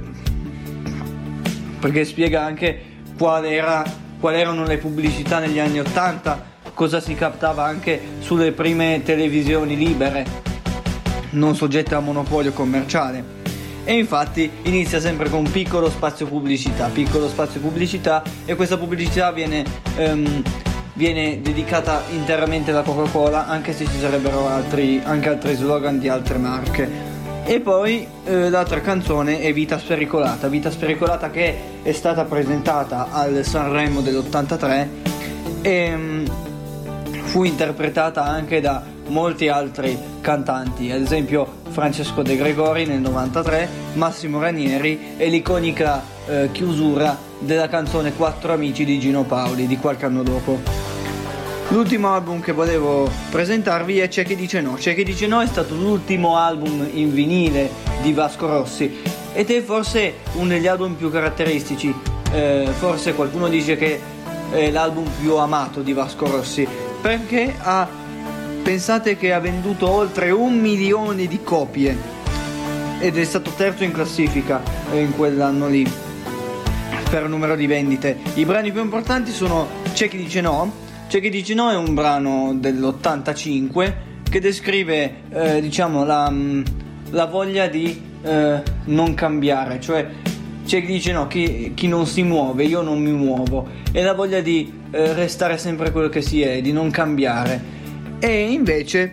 perché spiega anche qual era quali erano le pubblicità negli anni ottanta, cosa si captava anche sulle prime televisioni libere non soggette a monopolio commerciale. E infatti inizia sempre con piccolo spazio pubblicità piccolo spazio pubblicità e questa pubblicità viene ehm, viene dedicata interamente alla Coca-Cola, anche se ci sarebbero altri, anche altri slogan di altre marche. E poi eh, l'altra canzone è Vita Spericolata, Vita Spericolata che è stata presentata al Sanremo dell'ottantatré e mh, fu interpretata anche da molti altri cantanti, ad esempio Francesco De Gregori nel novantatré, Massimo Ranieri e l'iconica eh, chiusura della canzone Quattro Amici di Gino Paoli di qualche anno dopo. L'ultimo album che volevo presentarvi è C'è chi dice no. C'è chi dice no è stato l'ultimo album in vinile di Vasco Rossi ed è forse uno degli album più caratteristici, eh, forse qualcuno dice che è l'album più amato di Vasco Rossi perché ha, pensate che ha venduto oltre un milione di copie ed è stato terzo in classifica in quell'anno lì per numero di vendite. I brani più importanti sono C'è chi dice no. C'è chi dice no è un brano dell'ottantacinque che descrive eh, diciamo la, la voglia di eh, non cambiare, cioè c'è chi dice no, chi, chi non si muove, io non mi muovo, e la voglia di eh, restare sempre quello che si è, di non cambiare. E invece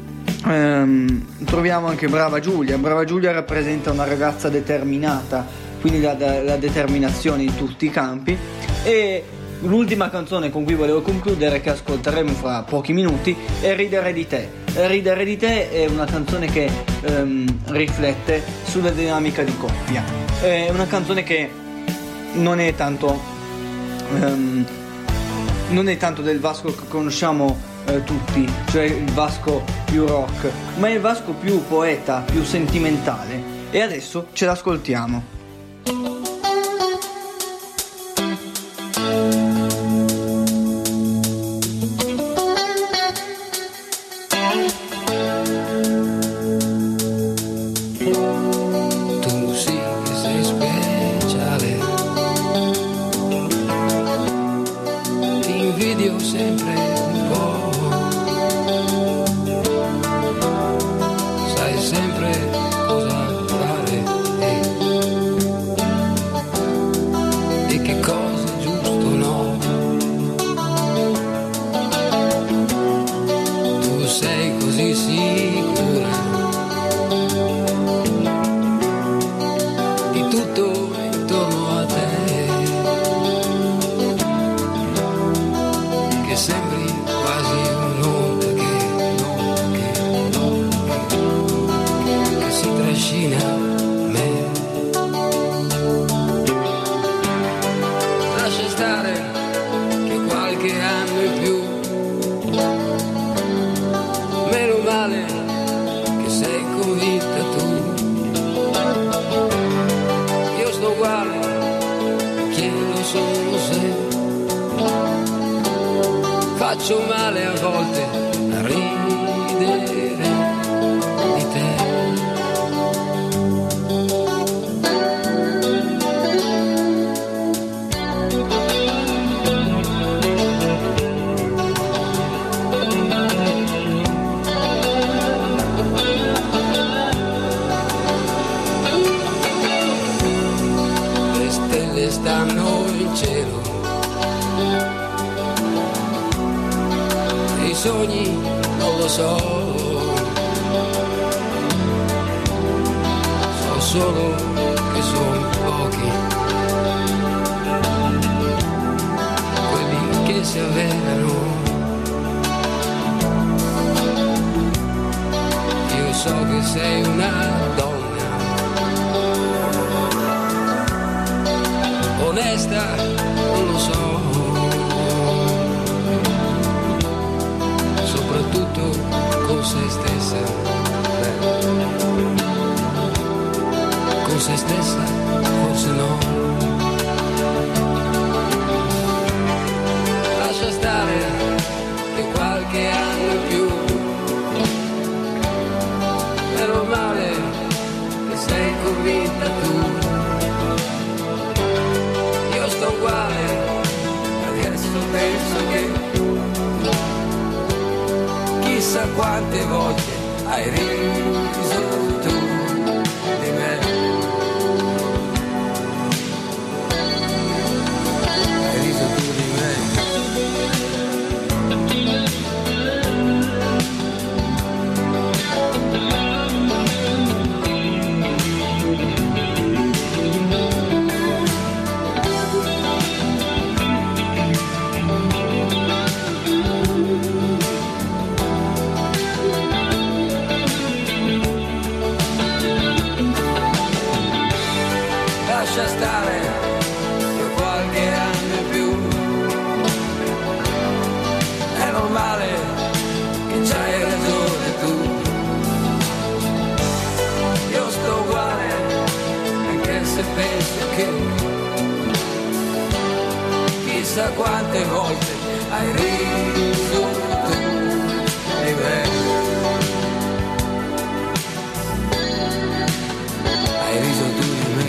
ehm, troviamo anche Brava Giulia. Brava Giulia rappresenta una ragazza determinata, quindi la, la determinazione in tutti i campi. E l'ultima canzone con cui volevo concludere, che ascolteremo fra pochi minuti, è Ridere di te. Ridere di te è una canzone che ehm, riflette sulla dinamica di coppia. È una canzone che non è tanto ehm, non è tanto del Vasco che conosciamo eh, tutti, cioè il Vasco più rock, ma è il Vasco più poeta, più sentimentale. E adesso ce l'ascoltiamo. Meno male che sei convinta tu faccio male a volte a ridere di te. Le stelle stanno in cielo, i sogni non lo so, so solo che sono pochi quelli che si avverano. Io so che sei una donna onesta, non lo so, soprattutto con se stessa, con se stessa forse no. Lascia stare che qualche anno in più, meno male che sei convinta tu. Io sto uguale, adesso penso che chissà quante volte hai riso tu di me, hai riso tu di me. Lascia stare che qualche anno in più, è normale che c'hai ragione tu. Io sto uguale, anche se penso che chissà quante volte hai riso tu di me, hai riso tu di me.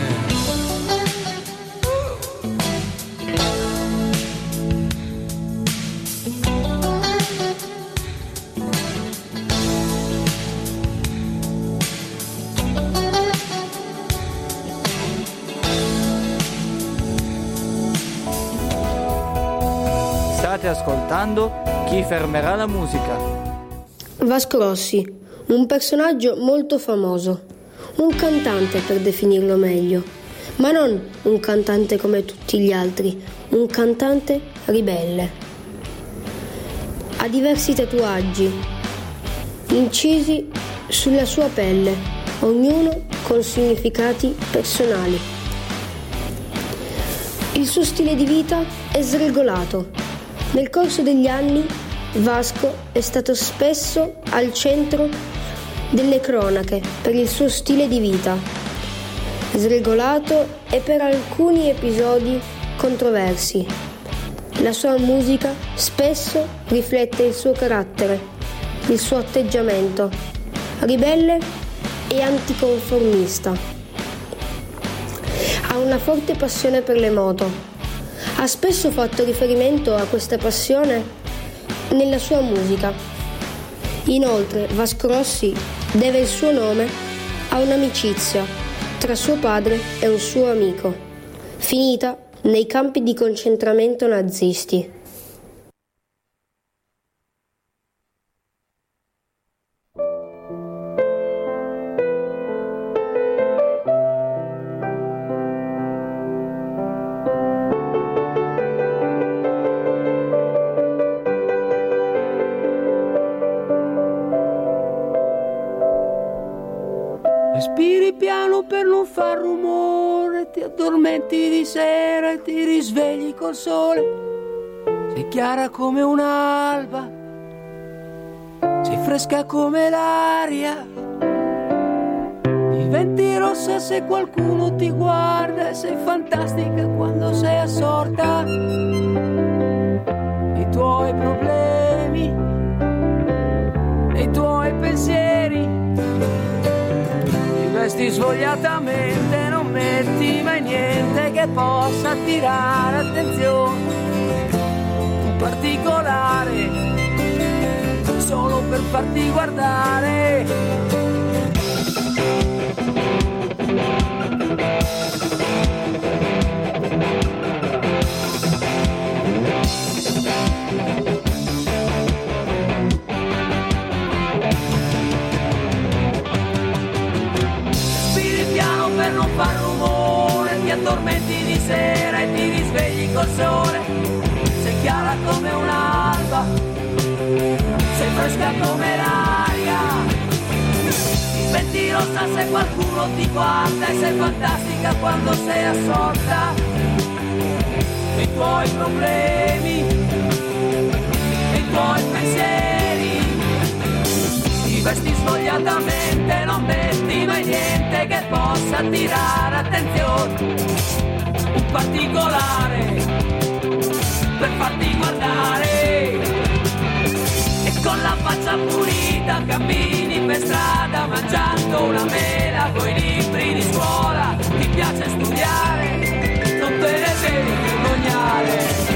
State ascoltando Chi fermerà la musica. Vasco Rossi, un personaggio molto famoso, un cantante per definirlo meglio, ma non un cantante come tutti gli altri, un cantante ribelle. Ha diversi tatuaggi incisi sulla sua pelle, ognuno con significati personali. Il suo stile di vita è sregolato. Nel corso degli anni Vasco è stato spesso al centro delle cronache per il suo stile di vita sregolato e per alcuni episodi controversi. La sua musica spesso riflette il suo carattere, il suo atteggiamento ribelle e anticonformista. Ha una forte passione per le moto. Ha spesso fatto riferimento a questa passione nella sua musica. Inoltre, Vasco Rossi deve il suo nome a un'amicizia tra suo padre e un suo amico, finita nei campi di concentramento nazisti. Respiri piano per non far rumore, ti addormenti di sera e ti risvegli col sole. Sei chiara come un'alba, sei fresca come l'aria, diventi rossa se qualcuno ti guarda e sei fantastica quando sei assorta. I tuoi problemi vesti svogliatamente, non metti mai niente che possa attirare attenzione particolare, solo per farti guardare. Per non far rumore, ti addormenti di sera e ti risvegli col sole. Sei chiara come un'alba, sei fresca come l'aria, diventi rossa se qualcuno ti guarda e sei fantastica quando sei assorta nei tuoi problemi, nei tuoi pensieri. Ti vesti svogliatamente, non metti mai niente che possa attirare attenzione, un particolare per farti guardare. E con la faccia pulita cammini per strada mangiando una mela coi libri di scuola. Ti piace studiare, non te ne devi vergognare.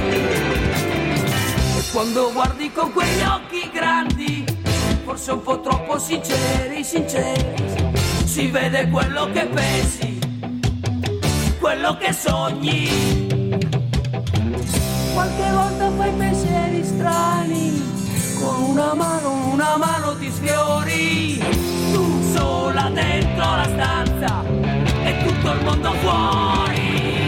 E quando guardi con quegli occhi grandi, forse un po' troppo sinceri, sinceri, si vede quello che pensi, quello che sogni. Qualche volta fai pensieri strani, con una mano, una mano ti sfiori, tu sola dentro la stanza e tutto il mondo fuori.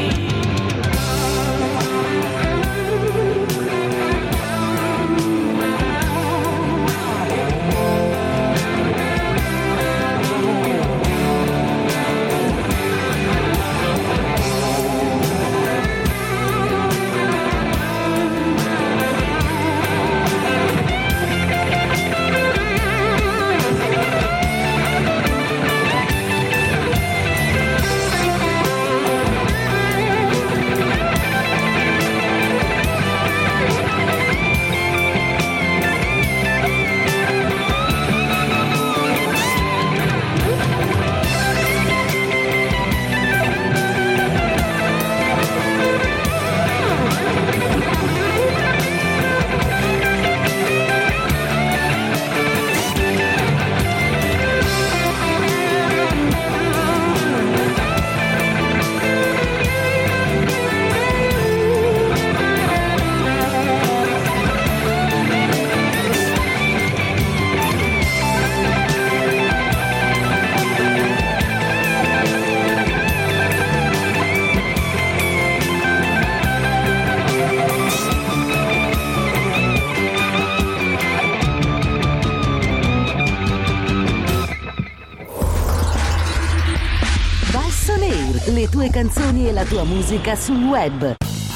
Le tue canzoni e la tua musica sul web.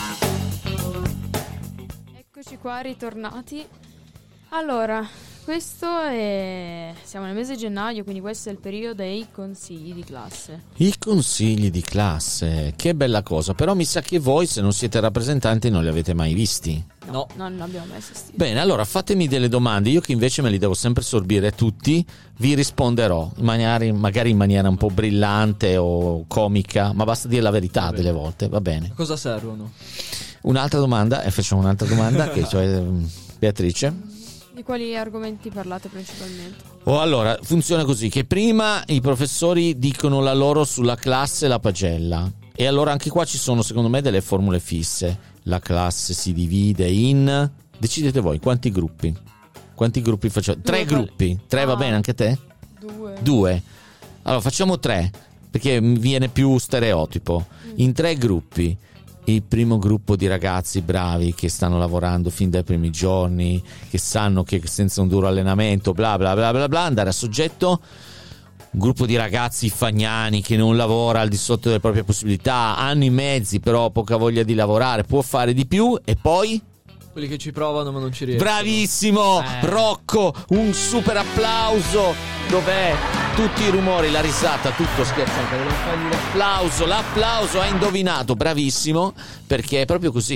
Eccoci qua, ritornati. Allora, questo è... siamo nel mese di gennaio, quindi questo è il periodo dei consigli di classe. I consigli di classe, che bella cosa. Però mi sa che voi, se non siete rappresentanti, non li avete mai visti. No, no. non abbiamo mai assistito. Bene, allora fatemi delle domande. Io che invece me li devo sempre sorbire tutti, vi risponderò in maniera, magari in maniera un po' brillante o comica, ma basta dire la verità delle volte, va bene. A cosa servono? Un'altra domanda, e facciamo un'altra domanda, che cioè Beatrice. Di quali argomenti parlate principalmente? Oh, allora, funziona così, che prima i professori dicono la loro sulla classe e la pagella. E allora anche qua ci sono secondo me delle formule fisse. La classe si divide in... Decidete voi, quanti gruppi? Quanti gruppi facciamo? Tre Due. gruppi. Tre, ah. Va bene anche a te? Due. Due. Allora facciamo tre, perché mi viene più stereotipo. In tre gruppi. Il primo gruppo di ragazzi bravi che stanno lavorando fin dai primi giorni, che sanno che senza un duro allenamento, bla bla bla bla bla, andare a soggetto. Un gruppo di ragazzi fagnani che non lavora al di sotto delle proprie possibilità, hanno i mezzi però poca voglia di lavorare, può fare di più. E poi quelli che ci provano ma non ci riescono. Bravissimo, eh. Rocco, un super applauso. Dov'è? Tutti i rumori, la risata, tutto, scherzo, anche non fagli l'applauso, l'applauso, hai indovinato, bravissimo, perché è proprio così.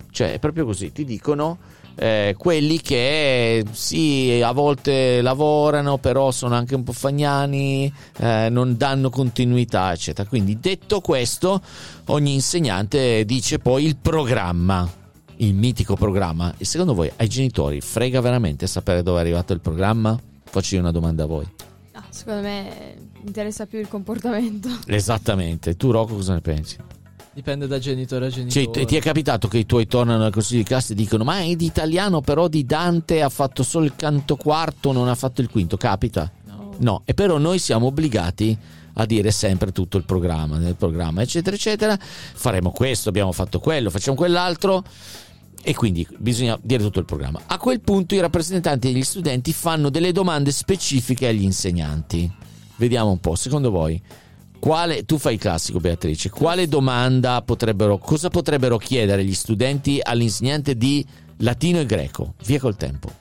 Cioè è proprio così, ti dicono eh, quelli che sì, a volte lavorano, però sono anche un po' fagnani, eh, non danno continuità, eccetera. Quindi detto questo, ogni insegnante dice poi il programma, il mitico programma. E secondo voi ai genitori frega veramente sapere dove è arrivato il programma? Faccio io una domanda a voi. Ah, secondo me interessa più il comportamento. Esattamente. Tu, Rocco, cosa ne pensi? Dipende da genitore a genitore. Cioè, ti è capitato che i tuoi tornano al consiglio di classe e dicono ma è di italiano, però di Dante ha fatto solo il canto quarto, non ha fatto il quinto? Capita? No. No, e però noi siamo obbligati a dire sempre tutto il programma, nel programma, eccetera, eccetera. Faremo questo, abbiamo fatto quello, facciamo quell'altro, e quindi bisogna dire tutto il programma. A quel punto i rappresentanti degli studenti fanno delle domande specifiche agli insegnanti. Vediamo un po', secondo voi quale, tu fai il classico, Beatrice, quale domanda potrebbero, cosa potrebbero chiedere gli studenti all'insegnante di latino e greco? Via col tempo.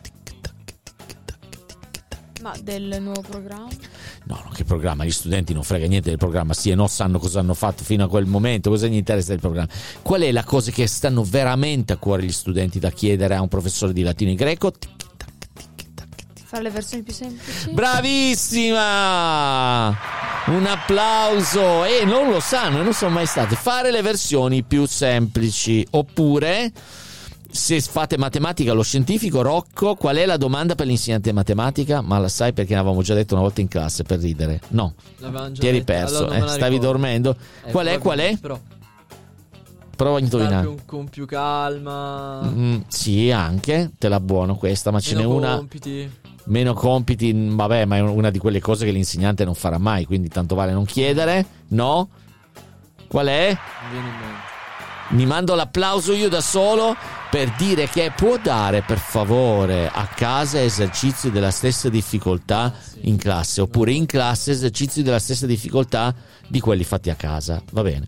Ma del nuovo programma? No, no, che programma? Gli studenti non frega niente del programma, sì e no, sanno cosa hanno fatto fino a quel momento, cosa gli interessa del programma. Qual è la cosa che stanno veramente a cuore gli studenti da chiedere a un professore di latino e greco? Fare le versioni più semplici? Bravissima! Un applauso! E non lo sanno, non sono mai state. Fare le versioni più semplici. Oppure, se fate matematica allo scientifico, Rocco, qual è la domanda per l'insegnante di matematica? Ma la sai perché ne avevamo già detto una volta in classe per ridere? No, ti eri perso, allora eh, stavi ricordo. dormendo. Eh, qual è? Qual è? Però Prova a indovinare. Più, con più calma. Mm, sì, anche, te la buono questa, ma ce n'è una. Compiti. Meno compiti, vabbè, ma è una di quelle cose che l'insegnante non farà mai, quindi tanto vale non chiedere. No? Qual è? Non viene in mente. Mi mando l'applauso io da solo per dire che può dare per favore a casa esercizi della stessa difficoltà in classe, oppure in classe esercizi della stessa difficoltà di quelli fatti a casa. Va bene.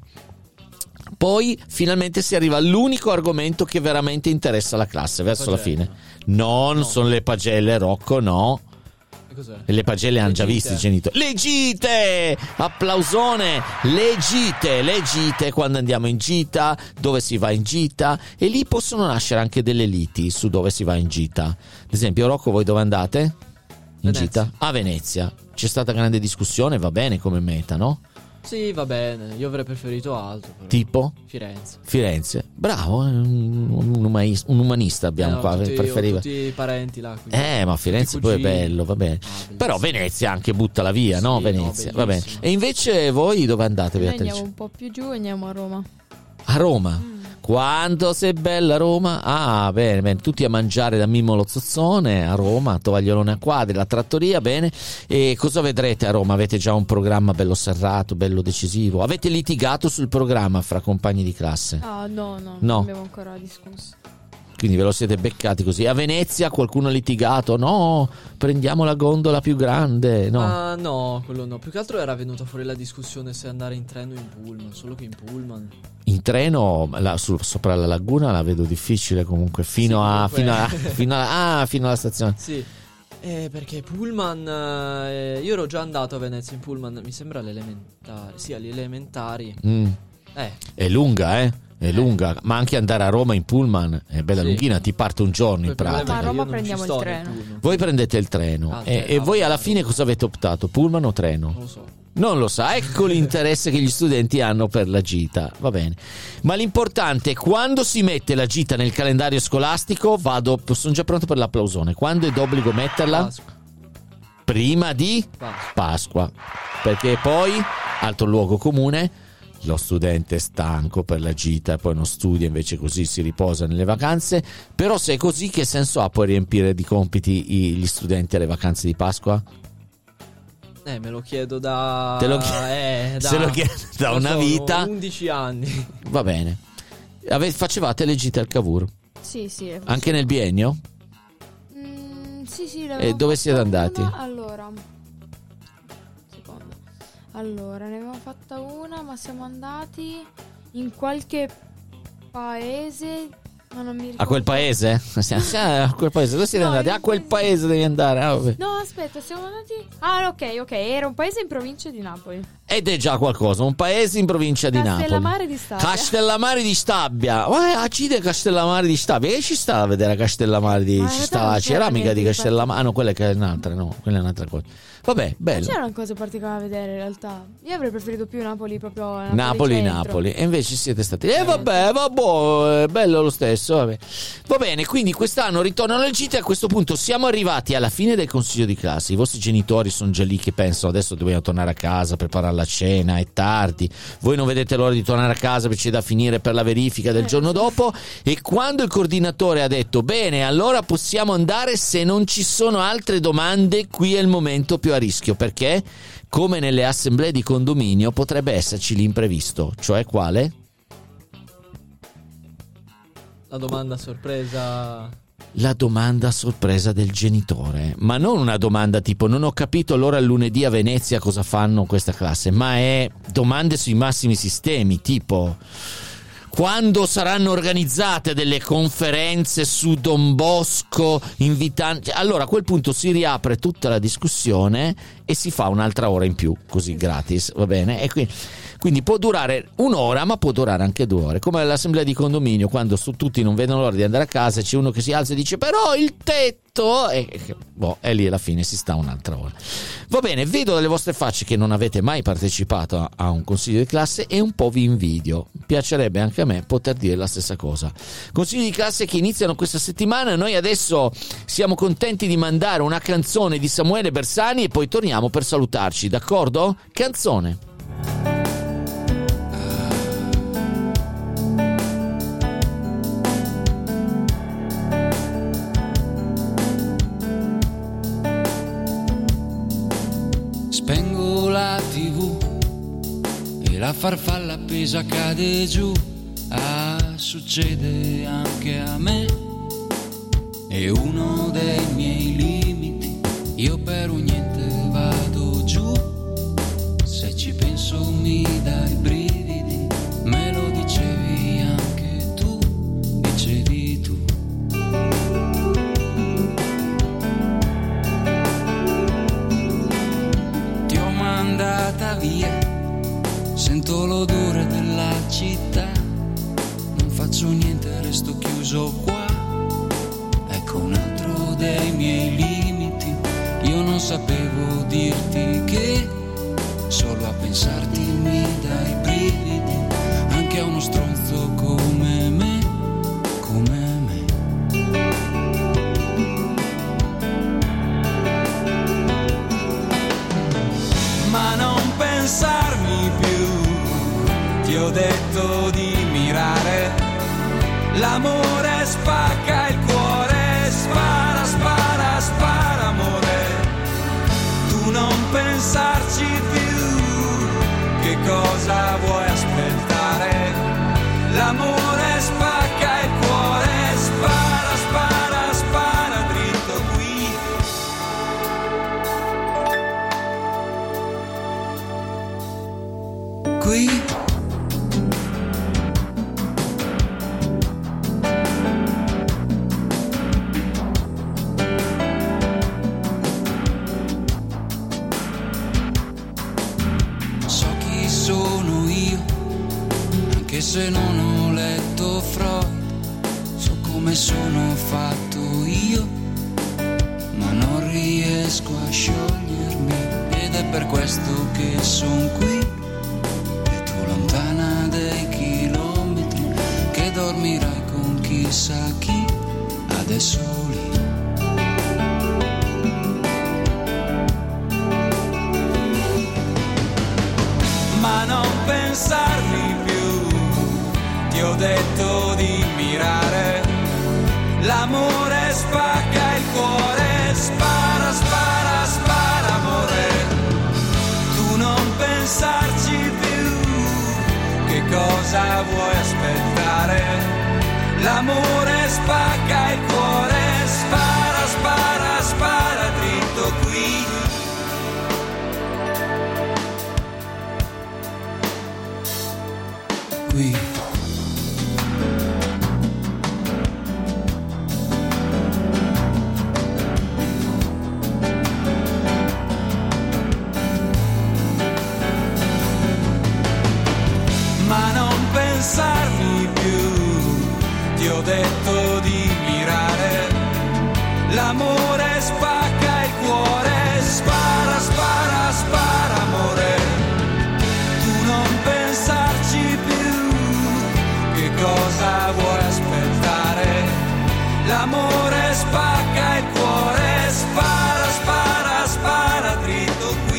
Poi finalmente si arriva all'unico argomento che veramente interessa la classe, verso la fine. Non no. sono le pagelle, Rocco, no. E cos'è? E le pagelle hanno già visto i genitori. Le gite! Applausone! Le gite, le gite, quando andiamo in gita, dove si va in gita, e lì possono nascere anche delle liti su dove si va in gita. Ad esempio, Rocco, voi dove andate? In Venezia. Gita? A Venezia. C'è stata grande discussione, va bene come meta, no? Sì, va bene, io avrei preferito altro. Però. Tipo? Firenze. Firenze, bravo, un, un, umanista, un umanista abbiamo eh no, qua, tutti, preferiva. tutti i parenti là. Eh, ma Firenze poi è bello, va bene. Ah, però Venezia anche buttala via, sì, no? Venezia, no, va bene. E invece voi dove andate, Beatrice? Noi andiamo un po' più giù e andiamo a Roma. A Roma? Mm. Quanto sei bella Roma? Ah, bene, bene, tutti a mangiare da Mimmo lo Zozzone a Roma, Tovagliolone a Quadri, la trattoria, bene. E cosa vedrete a Roma? Avete già un programma bello serrato, bello decisivo? Avete litigato sul programma fra compagni di classe? Ah, no, no, no. non abbiamo ancora discusso. Quindi ve lo siete beccati così. A Venezia qualcuno ha litigato? No, prendiamo la gondola più grande. No, ah, no, quello no. Più che altro era venuta fuori la discussione se andare in treno o in pullman. Solo che in pullman. In treno la, su, sopra la laguna la vedo difficile comunque. Fino sì, a. comunque... Fino, a fino, a, ah, fino alla stazione. Sì. Eh, perché pullman. Eh, io ero già andato a Venezia in pullman. Mi sembra all'elementare. Sì, agli elementari. Mm. Eh. È lunga, eh? È eh. lunga, ma anche andare a Roma in pullman è bella sì. lunghina, ti parte un giorno in pratica. Ma a Roma prendiamo il treno. Voi prendete il treno ah, e, e voi alla fine cosa avete optato? Pullman o treno? Non lo so. Non lo sa, ecco l'interesse che gli studenti hanno per la gita, va bene. Ma l'importante è quando si mette la gita nel calendario scolastico, vado, sono già pronto per l'applausone. Quando è d'obbligo metterla? Pasqua. Prima di Pasqua. Pasqua. Perché poi, altro luogo comune, lo studente è stanco per la gita e poi non studia, invece così si riposa nelle vacanze. Però se è così, che senso ha poi riempire di compiti gli studenti alle vacanze di Pasqua? Eh, me lo chiedo da... Te lo chiedo, eh, da... Se lo chiedo da una vita... undici anni. Va bene. Ave... Facevate le gite al Cavour? Sì, sì. Anche nel biennio? Mm, sì, sì. E dove siete andati? Una, allora... Secondo. Allora, ne avevamo fatta una, ma siamo andati in qualche paese... Ma non mi ricordo. A quel paese? A quel paese, dove siete no, andati? A quel paese devi andare. Ah, no, aspetta, siamo andati. Ah, ok, ok. Era un paese in provincia di Napoli. ed è già qualcosa. Un paese in provincia di Napoli. Castellamare di Stabia. Castellamare di Stabia. Ma accide Castellamare di Stabia. Che ci sta a vedere a Castellamare di... Ma ci in sta realtà la non c'era ceramica di niente, Castellamare. Ah no, quella che è un'altra, no, quella è un'altra cosa. Vabbè, bello. Non c'erano cose particolari da vedere in realtà. Io avrei preferito più Napoli proprio Napoli, Napoli, centro. Napoli. E invece siete stati. E eh, vabbè, vabbè, è bello lo stesso. Vabbè. Va bene, quindi quest'anno ritornano le gite. A questo punto siamo arrivati alla fine del consiglio di classe. I vostri genitori sono già lì che pensano adesso dobbiamo tornare a casa, preparare la cena, è tardi. Voi non vedete l'ora di tornare a casa perché c'è da finire per la verifica del giorno dopo. E quando il coordinatore ha detto bene, allora possiamo andare, se non ci sono altre domande, qui è il momento più a rischio, perché come nelle assemblee di condominio potrebbe esserci l'imprevisto, cioè quale? La domanda sorpresa. La domanda sorpresa del genitore, ma non una domanda tipo non ho capito allora il lunedì a Venezia cosa fanno questa classe, ma è domande sui massimi sistemi, tipo quando saranno organizzate delle conferenze su Don Bosco invitando... Allora a quel punto si riapre tutta la discussione e si fa un'altra ora in più, così gratis, va bene? E quindi, quindi può durare un'ora, ma può durare anche due ore, come all'assemblea di condominio, quando su, tutti non vedono l'ora di andare a casa e c'è uno che si alza e dice però il tetto, e, e, boh, e lì alla fine si sta un'altra ora. Va bene, vedo dalle vostre facce che non avete mai partecipato a, a un consiglio di classe e un po' vi invidio. Piacerebbe anche a me poter dire la stessa cosa. Consigli di classe che iniziano questa settimana. Noi adesso siamo contenti di mandare una canzone di Samuele Bersani e poi torniamo per salutarci, d'accordo? Canzone. Spengo la tivù e la farfalla appesa cade giù. Ah, succede anche a me. È uno dei miei limiti. Io per un niente vado giù. Se ci penso mi dai brividi. Me lo dicevi anche tu. Dicevi tu. Ti ho mandata via. Sento l'odore della città. Non faccio niente, resto chiuso qua. Ecco un altro dei miei limiti. Io non sapevo dirti che solo a pensarti mi dai brividi. Anche a uno stronzo come me, come me. Ma non pensarmi più. Ti ho detto di mirare. L'amore spacca il cuore. Spara, spara, spara amore. Tu non pensarci più. Che cosa vuoi aspettare? L'amore spacca il cuore. Spara, spara, spara dritto qui. Qui. Se non ho letto Freud, so come sono fatto io, ma non riesco a sciogliermi, ed è per questo che son qui, e tu lontana dei chilometri, che dormirai con chissà chi, adesso lì. Ma non pensarmi più. Ti ho detto di mirare. L'amore spacca il cuore. Spara, spara, spara amore. Tu non pensarci più. Che cosa vuoi aspettare? L'amore spacca il cuore. Spara, spara, spara dritto qui. Qui. l'amore spacca il cuore, spara, spara, spara amore, tu non pensarci più, che cosa vuoi aspettare, l'amore spacca il cuore, spara, spara, spara dritto qui.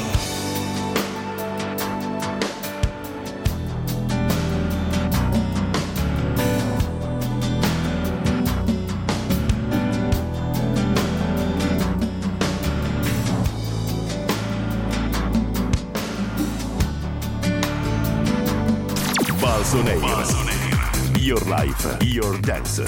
Valsoneira. Your life, your dance.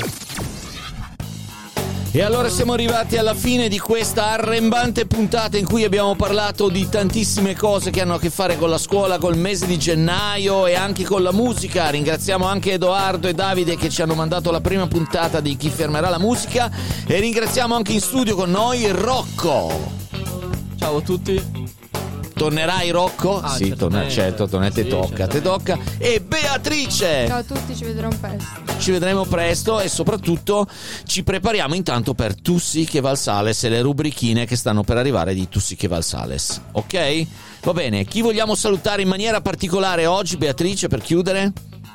E allora siamo arrivati alla fine di questa arrembante puntata in cui abbiamo parlato di tantissime cose che hanno a che fare con la scuola, col mese di gennaio e anche con la musica. Ringraziamo anche Edoardo e Davide che ci hanno mandato la prima puntata di Chi fermerà la musica, e ringraziamo anche in studio con noi Rocco. Ciao a tutti. Tornerai Rocco? Ah, sì, torna, certo, torna, te sì, tocca, te tocca. E Beatrice! Ciao a tutti, ci vedremo presto. Ci vedremo presto e soprattutto ci prepariamo intanto per Tu sì che Valsales e le rubrichine che stanno per arrivare di Tu sì che Valsales, ok? Va bene, chi vogliamo salutare in maniera particolare oggi, Beatrice, per chiudere?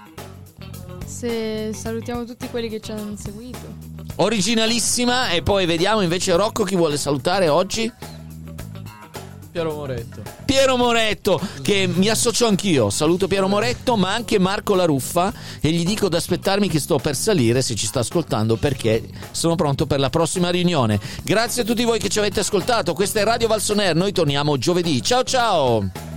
Se salutiamo tutti quelli che ci hanno seguito. Originalissima, e poi vediamo invece Rocco chi vuole salutare oggi? Piero Moretto. Piero Moretto, che mi associo anch'io. Saluto Piero Moretto, ma anche Marco La Ruffa, e gli dico di aspettarmi che sto per salire, se ci sta ascoltando, perché sono pronto per la prossima riunione. Grazie a tutti voi che ci avete ascoltato. Questa è Radio Valsoner, noi torniamo giovedì. Ciao ciao!